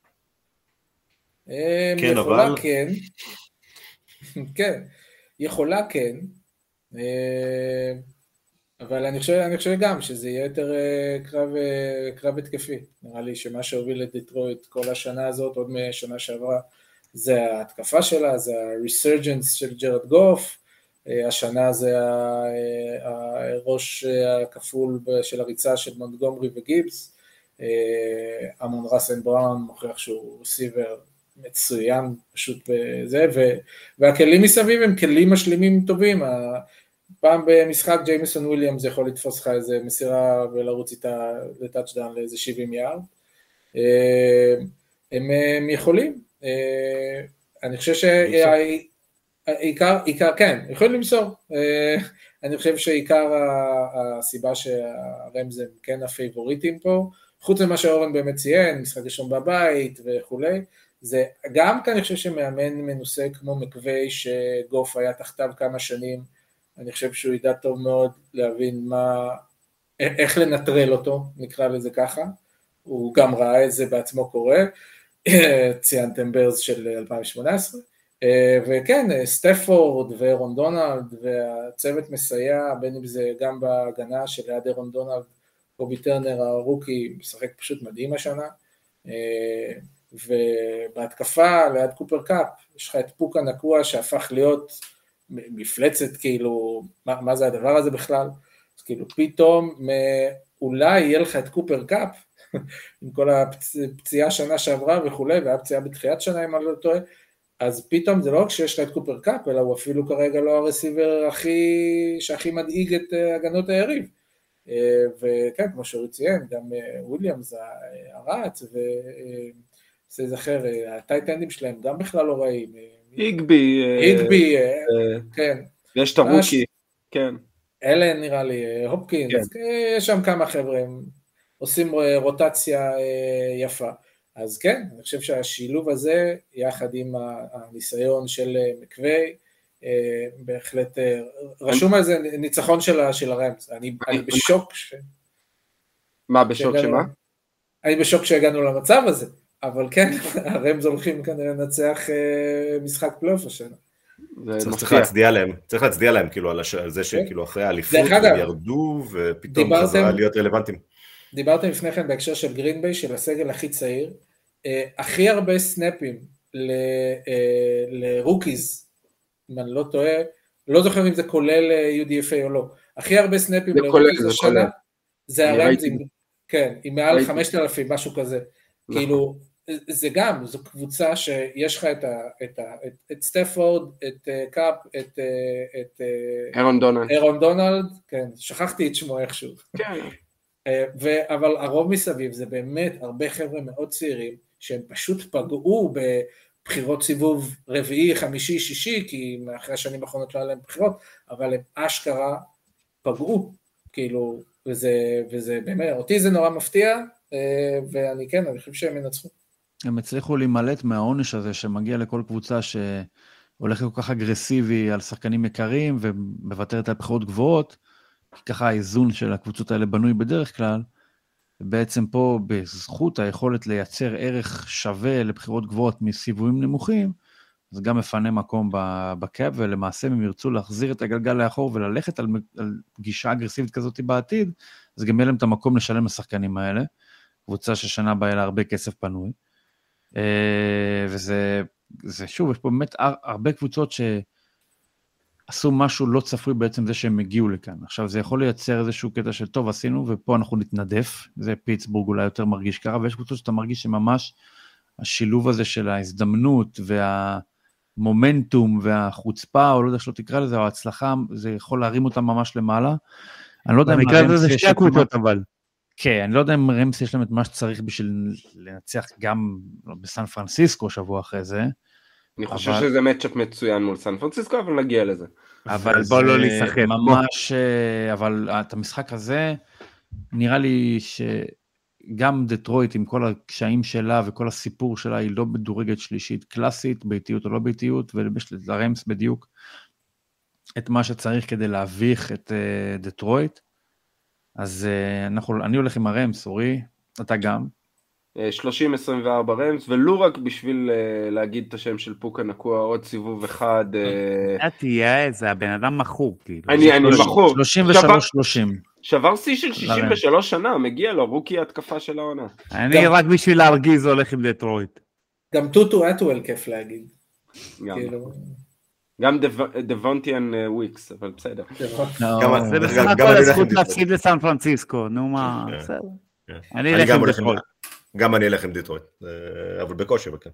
יכולה כן. כן, יכולה כן. אבל אני חושב גם שזה יהיה יותר קרב התקפי. נראה לי שמה שהוביל לדטרויט כל השנה הזאת, עוד משנה שעברה, זה ההתקפה שלה, זה ה-resurgence של ג'רד גוף, השנה זה הראש הכפול של הריצה של מונטגומרי וגיבס, אמון רסן בראון מוכיח שהוא סיבר מצוין פשוט בזה, והכלים מסביב הם כלים משלימים טובים, פעם במשחק ג'יימסון וויליאמס יכול לתפוס לך איזה מסירה ולרוץ איתה לטאצ'דאון לאיזה 70 יארד, הם יכולים, אני חושב שעיקר, כן, יכולים למסור, אני חושב שעיקר הסיבה שהרמז הם כן הפייבוריטים פה, חוץ ממה שאורן באמת ציין, משחק ראשון בבית וכולי, זה גם כאן אני חושב שמאמן מנוסה כמו מקווי שגוף היה תחתיו כמה שנים, אני חושב שהוא ידע טוב מאוד להבין איך לנטרל אותו, נקרא לזה ככה, הוא גם ראה את זה בעצמו קורה, ציינתם ברז של 2018, וכן, סטפורד ואירון דונלד והצוות מסייע, בין אם זה גם בהגנה של ליד אירון דונלד, קובי טרנר הרוקי משחק פשוט מדהים השנה, ובהתקפה ליד קופר קאפ, יש לך את פוקה נקוע שהפך להיות מפלצת, כאילו, מה זה הדבר הזה בכלל? אז כאילו פתאום אולי יהיה לך את קופר קאפ, עם כל הפציעה שנה שעברה וכולי, והפציעה בתחילת שנה אם אני לא טועה, אז פתאום זה לא רק שיש לך את קופר קאפ, אלא הוא אפילו כרגע לא הרסיבר שהכי מדאיג את הגנות היריב. וכן, כמו שאורי ציין, גם וויליאמס הרץ, וזה זכר, הטייטנדים שלהם גם בכלל לא רעים. איגבי, כן. יש את הרוקי, כן. אלן נראה לי, הופקינס, יש שם כמה חבר'ה, הם עושים רוטציה יפה. אז כן, אני חושב שהשילוב הזה, יחד עם הניסיון של מקווי, בהחלט רשום על זה ניצחון של הרמס, אני בשוק. מה בשוק שמה? אני בשוק שהגענו למצב הזה, אבל כן, הרמס הולכים כנראה לנצח משחק פלייאוף השנה. צריך להצדיע להם כאילו על זה שכאילו אחרי האליפות הם ירדו ופתאום חזרה להיות רלוונטיים. דיברתם לפני כן בהקשר של גרין-ביי, של הסגל הכי צעיר, הכי הרבה סנאפים לרוקיז, אם אני לא טועה, לא זוכר אם זה כולל UDFA או לא, הכי הרבה סנאפים לרוקיז השנה, זה הרמזים, כן, עם מעל 5,000, משהו כזה, כאילו, זה גם, זו קבוצה שיש לך את סטפורד, את קאפ, את אירון דונלד, כן, שכחתי את שמו איכשהו, אבל הרוב מסביב זה באמת הרבה חבר'ה מאוד צעירים, שהם פשוט פגעו בחירות סיבוב רביעי, חמישי, שישי, כי מאחרי השנים האחרונות לא היה להם בחירות, אבל הם אשכרה פגעו, כאילו, וזה באמת, אותי זה נורא מפתיע, ואני כן, אני חושב שהם ינצחו. הם הצליחו להימלט מהעונש הזה שמגיע לכל קבוצה שהולך כל כך אגרסיבי על שחקנים יקרים ומוותרת על בחירות גבוהות, כי ככה האיזון של הקבוצות האלה בנוי בדרך כלל, ובעצם פה בזכות היכולת לייצר ערך שווה לבחירות גבוהות מסיבובים נמוכים, אז גם מפנה מקום בקאפ, ולמעשה הם ירצו להחזיר את הגלגל לאחור וללכת על גישה אגרסיבית כזאת בעתיד, אז גם יהיה להם את המקום לשלם לשחקנים האלה, קבוצה ששנה בה לה הרבה כסף פנוי, וזה שוב, יש פה באמת הרבה קבוצות שעשו משהו לא צפוי בעצם זה שהם הגיעו לכאן. עכשיו זה יכול לייצר איזשהו קטע של טוב עשינו, ופה אנחנו נתנדף, זה פיטסבורג אולי יותר מרגיש ככה, ויש קבוצות שאתה מרגיש שממש השילוב הזה של ההזדמנות והמומנטום והחוצפה, או לא יודע שלא תקרא לזה, או ההצלחה, זה יכול להרים אותם ממש למעלה. אני לא יודע אם רמס יש שתי קבוצות אבל. כן, אני לא יודע אם רמס יש להם את מה שצריך בשביל לנצח גם בסן פרנסיסקו שבוע אחרי זה. אני חושב שזה מצ'אפ מצוין מול סן פרנסיסקו, אבל נגיע לזה. אבל בוא לא להיסחף. ממש, אבל את המשחק הזה, נראה לי שגם דטרויט עם כל הקשיים שלה וכל הסיפור שלה, היא לא מדורגת שלישית קלאסית, ביתיות או לא ביתיות, ויש לרמס בדיוק את מה שצריך כדי להביך את דטרויט. אז אני הולך עם הרמס, אורי, אתה גם. 30-24 רמס, ולא רק בשביל להגיד את השם של פוקה נקוע, עוד סיבוב אחד. תהיה, זה הבן אדם מכור, כאילו. אני מכור. 33-30. שבר שיא של 63 שנה, מגיע לו, רוקי התקפה של העונה. אני רק בשביל להרגיז הולך עם דטרויט. גם טוטו אטואל כיף להגיד. גם דוונטיאן וויקס, אבל בסדר. זה בסך הכל הזכות להפסיד לסן פרנסיסקו, נו מה, בסדר. אני אלך עם דטרויט. גם אני אלך עם דטרויט, אבל בקושי וכן.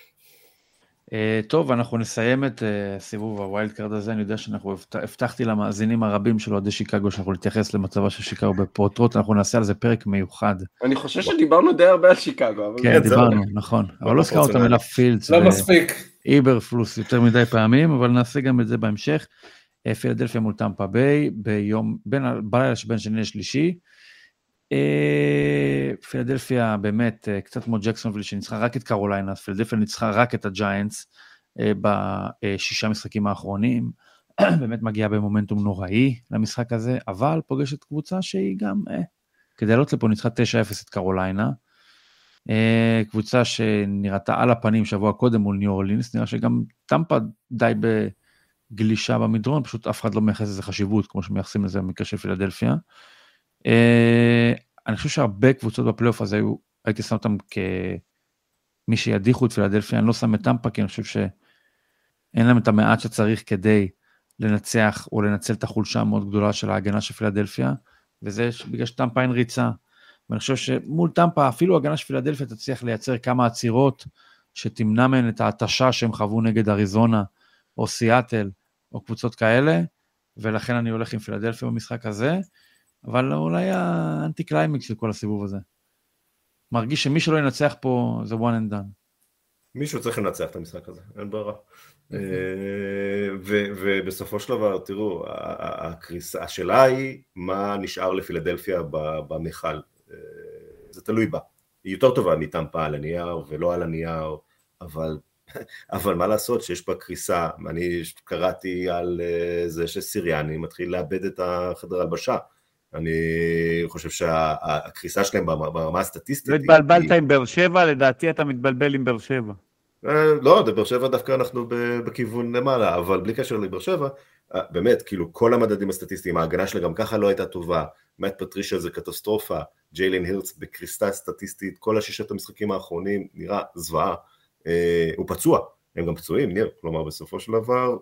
טוב, אנחנו נסיים את סיבוב הווילד קארד הזה, אני יודע שאנחנו הבטחתי למאזינים הרבים של אוהדי שיקגו, שאנחנו נתייחס למצבה של שיקגו בפרוטרוט, אנחנו נעשה על זה פרק מיוחד. אני חושב שדיברנו די הרבה על שיקגו. כן, דיברנו, נכון, אבל לא הזכרנו את המילה פילדס. לא מספיק. איברפלוס יותר מדי פעמים, אבל נעשה גם את זה בהמשך. פילדלפיה מול טמפה ביי, בלילה שבין שני לשלישי. פילדלפיה באמת קצת כמו ג'קסונוויל שניצחה רק את קרוליינה, פילדלפיה ניצחה רק את הג'יינטס בשישה משחקים האחרונים, באמת מגיעה במומנטום נוראי למשחק הזה, אבל פוגשת קבוצה שהיא גם, כדי לעלות לפה ניצחה 9-0 את קרוליינה, קבוצה שנראתה על הפנים שבוע קודם מול ניו אורלינס, נראה שגם טמפה די בגלישה במדרון, פשוט אף אחד לא מייחס לזה חשיבות, כמו שמייחסים לזה במקרה של פילדלפיה. אני חושב שהרבה קבוצות בפלייאוף הזה הייתי שם אותם כמי שידיחו את פילדלפיה, אני לא שם את טמפה, כי אני חושב שאין להם את המעט שצריך כדי לנצח או לנצל את החולשה המאוד גדולה של ההגנה של פילדלפיה, וזה בגלל שטמפה אין ריצה, ואני חושב שמול טמפה, אפילו הגנה של פילדלפיה תצליח לייצר כמה עצירות, שתמנע מהן את ההתשה שהם חוו נגד אריזונה, או סיאטל, או קבוצות כאלה, ולכן אני הולך עם פילדלפיה במשחק הזה, אבל אולי האנטי קליימקס של כל הסיבוב הזה. מרגיש שמי שלא ינצח פה זה one and done. מישהו צריך לנצח את המשחק הזה, אין ברירה. ובסופו של דבר, תראו, השאלה היא מה נשאר לפילדלפיה במחל. זה תלוי בה. היא יותר טובה מטמפה על הנייר ולא על הנייר, אבל מה לעשות שיש בה קריסה. אני קראתי על זה שסיריאני מתחיל לאבד את החדר הלבשה. אני חושב שהקריסה שלהם ברמה הסטטיסטית... לא התבלבלת עם באר שבע, לדעתי אתה מתבלבל עם באר שבע. לא, באר שבע דווקא אנחנו בכיוון למעלה, אבל בלי קשר לבאר שבע, באמת, כאילו כל המדדים הסטטיסטיים, ההגנה שלה גם ככה לא הייתה טובה, מאט פטרישה זה קטסטרופה, ג'יילן הירץ בקריסה סטטיסטית, כל השישת המשחקים האחרונים נראה זוועה, הוא פצוע, הם גם פצועים, ניר, כלומר בסופו של דבר,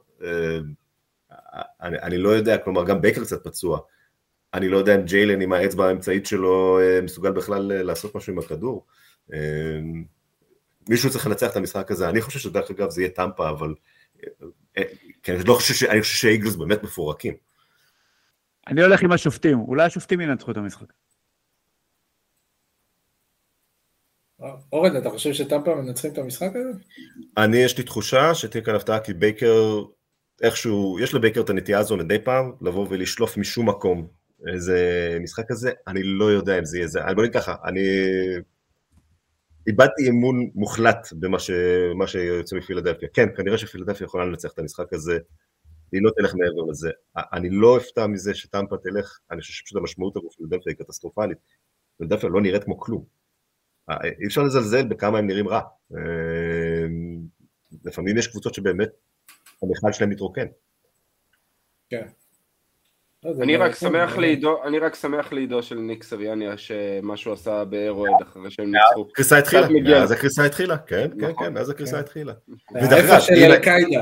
אני לא יודע, כלומר גם בייקר קצת פצוע, אני לא יודע אם ג'יילן עם האצבע האמצעית שלו מסוגל בכלל לעשות משהו עם הכדור. מישהו צריך לנצח את המשחק הזה. אני חושב שדרך אגב זה יהיה טמפה, אבל אני חושב שהאיגלס באמת מפורקים. אני הולך עם השופטים. אולי השופטים ינצחו את המשחק. אורן, אתה חושב שטמפה מנצחים את המשחק הזה? יש לי תחושה שתהיה כאן הפתעה, כי בייקר, איכשהו, יש לבייקר את הנטייה הזו מדי פעם, לבוא ולשלוף משום מקום איזה משחק כזה, אני לא יודע אם זה יהיה זה. בוא נגיד ככה, אני איבדתי אמון מוחלט במה שיוצא מפילדלפיה. כן, כנראה שפילדלפיה יכולה לנצח את המשחק הזה, היא לא תלך מעבר לזה. אני לא אפתע מזה שטמפה תלך, אני חושב שפשוט המשמעות עבור פילדלפיה היא קטסטרופלית. פילדלפיה לא נראית כמו כלום. אי אפשר לזלזל בכמה הם נראים רע. לפעמים יש המחל שלהם מתרוקן. כן. אני רק שמח לעידו של ניק סריאניה שמה שהוא עשה באירועד אחרי שהם ניצחו. הקריסה התחילה, אז הקריסה התחילה, כן, אז הקריסה התחילה. איפה של אלקאידה.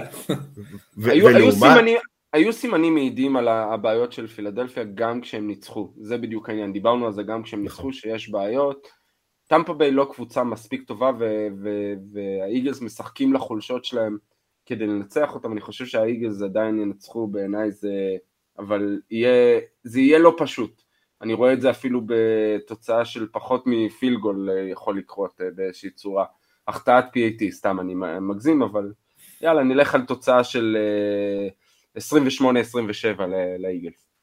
היו סימנים מעידים על הבעיות של פילדלפיה גם כשהם ניצחו, זה בדיוק העניין, דיברנו על זה גם כשהם ניצחו שיש בעיות, טמפה ביי לא קבוצה מספיק טובה והאיגלס משחקים לחולשות שלהם כדי לנצח אותם, אני חושב שהאיגלס עדיין ינצחו בעיניי אבל זה יהיה לא פשוט, אני רואה את זה אפילו בתוצאה של פחות מפילגול יכול לקרות באיזושהי צורה, החטאת PAT, סתם אני מגזים, אבל יאללה נלך על תוצאה של 28-27 לאיגלס.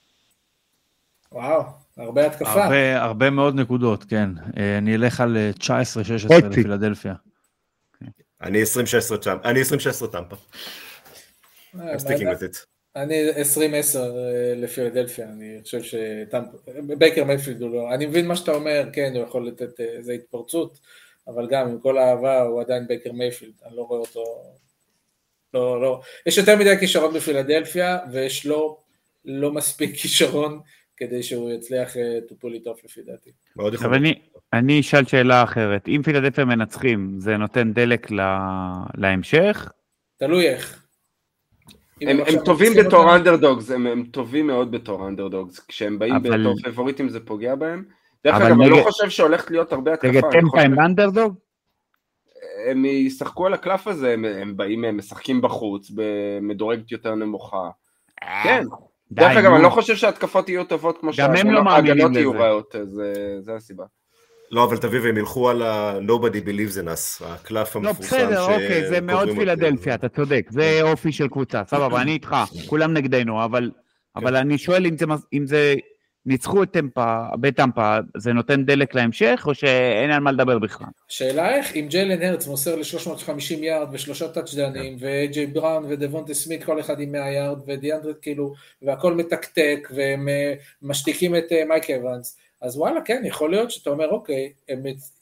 וואו, הרבה התקפה. הרבה מאוד נקודות, כן. אני אלך על 19-16 לפילדלפיה. אני 20-16 טמפה. I'm sticking with it. אני 20-10 לפילדלפיה, אני חושב בייקר מייפילד הוא לא, אני מבין מה שאתה אומר, כן, הוא יכול לתת איזו התפרצות, אבל גם עם כל האהבה הוא עדיין בייקר מייפילד, אני לא רואה אותו, לא, יש יותר מדי כישרון בפילדלפיה, ויש לו לא מספיק כישרון, כדי שהוא יצליח to pull it off לפי דעתי. אבל אני אשאל שאלה אחרת, אם פילדלפיה מנצחים, זה נותן דלק להמשך? תלוי איך. הם טובים בתור אנדרדוגס, הם טובים מאוד בתור אנדרדוגס, כשהם באים בתור פייבוריטים זה פוגע בהם, דרך אגב אני לא חושב שהולכת להיות הרבה התקפה. נגד טמפה הם אנדרדוג? הם ישחקו על הקלף הזה, הם באים, הם משחקים בחוץ, במדורגת יותר נמוכה, כן, דרך אגב אני לא חושב שההתקפות יהיו טובות כמו שההגנות יהיו רעות, זה הסיבה. לא, אבל תביא והם ילכו על ה-Nobody Believes in Us, הקלף המפורסם. לא, בסדר, אוקיי, זה מאוד פילדלפיה, אתה צודק, זה אופי של קבוצה, סבבה, אני איתך, כולם נגדנו, אבל אני שואל אם זה ניצחו את בטמפה, זה נותן דלק להמשך, או שאין על מה לדבר בכלל? שאלה איך, אם ג'יילן הרץ מוסר ל-350 יארד ושלושה טאצ'דאנים, וג'יי בראון ודוונטה סמית, כל אחד עם 100 יארד, ודיאנדרט כאילו, והכל מתקתק, והם משתיקים את מייק אבנס, אז וואלה, כן, יכול להיות שאתה אומר, אוקיי, הם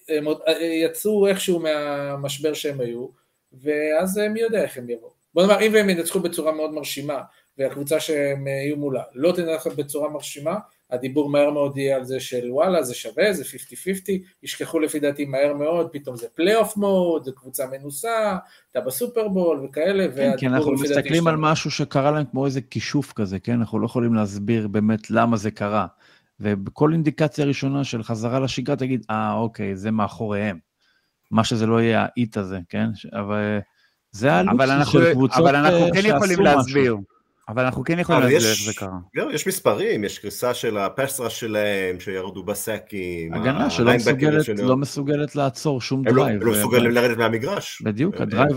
יצאו איכשהו מהמשבר שהם היו, ואז מי יודע איך הם יבואו. בוא נאמר, אם הם ינצחו בצורה מאוד מרשימה, והקבוצה שהם יהיו מולה לא תנצח בצורה מרשימה, הדיבור מהר מאוד יהיה על זה של וואלה, זה שווה, זה 50-50, ישכחו לפי דעתי מהר מאוד, פתאום זה פלייאוף מוד, זה קבוצה מנוסה, אתה בסופרבול וכאלה, כן, כי אנחנו מסתכלים על משהו שקרה להם כמו איזה כישוף כזה, כן? אנחנו לא יכולים להסביר באמת למה זה קרה. ובכל אינדיקציה ראשונה של חזרה לשגרה, תגיד, אוקיי, זה מאחוריהם. מה שזה לא יהיה האיט הזה, כן? אבל זה הלוקסוס של קבוצות אבל אנחנו כן יכולים להסביר. אבל אנחנו כן יכולים להסביר איך זה קרה. יש מספרים, יש קריסה של הפסרה שלהם, שירדו בסקים. הגנה שלא מסוגלת לעצור שום דרייב. הם לא מסוגלים לרדת מהמגרש. בדיוק,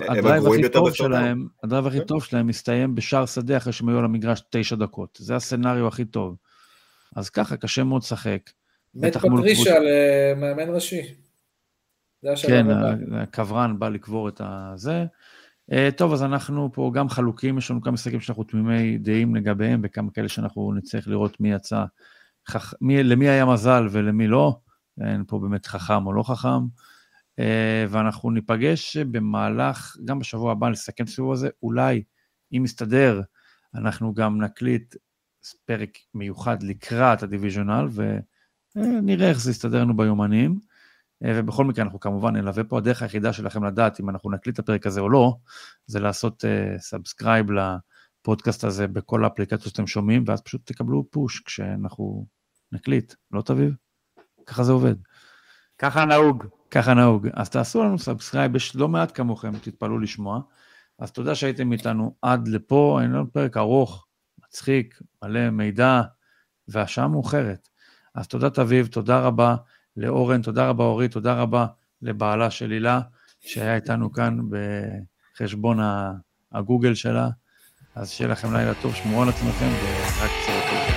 הדרייב הכי טוב שלהם מסתיים בשער שדה אחרי שהם היו על המגרש 9 דקות. זה הסצנריו הכי טוב. אז ככה קשה מאוד לשחק. מת פטרישה למאמן ראשי. כן, הקברן בא לקבור את הזה. טוב, אז אנחנו פה גם חלוקים, יש לנו כמה משחקים שאנחנו תמימי דעים לגביהם, וכמה כאלה שאנחנו נצטרך לראות מי יצא, למי היה מזל ולמי לא, אין פה באמת חכם או לא חכם, ואנחנו ניפגש במהלך, גם בשבוע הבא לסכם את הסיבוב הזה, אולי אם מסתדר, אנחנו גם נקליט פרק מיוחד לקראת הדיוויז'ונל, ונראה איך זה יסתדר לנו ביומנים, ובכל מקרה אנחנו כמובן נלווה פה, הדרך היחידה שלכם לדעת אם אנחנו נקליט את הפרק הזה או לא, זה לעשות סאבסקרייב לפודקאסט הזה בכל האפליקציות שאתם שומעים, ואז פשוט תקבלו פוש כשאנחנו נקליט, לא תביב? ככה זה עובד. ככה נהוג. ככה נהוג. אז תעשו לנו סאבסקרייב, יש לא מעט כמוכם, תתפלאו לשמוע, אז תודה שהייתם איתנו עד לפה, אין לנו פרק ארוך, מצחיק, מלא מידע, והשעה מאוחרת. אז תודה תביב, תודה רבה, לאורן, תודה רבה אורית, תודה רבה לבעלה של הילה, שהיה איתנו כאן בחשבון הגוגל שלה, אז שיהיה לכם לילה טוב, שמרו על עצמכם ורק בשורות טובות.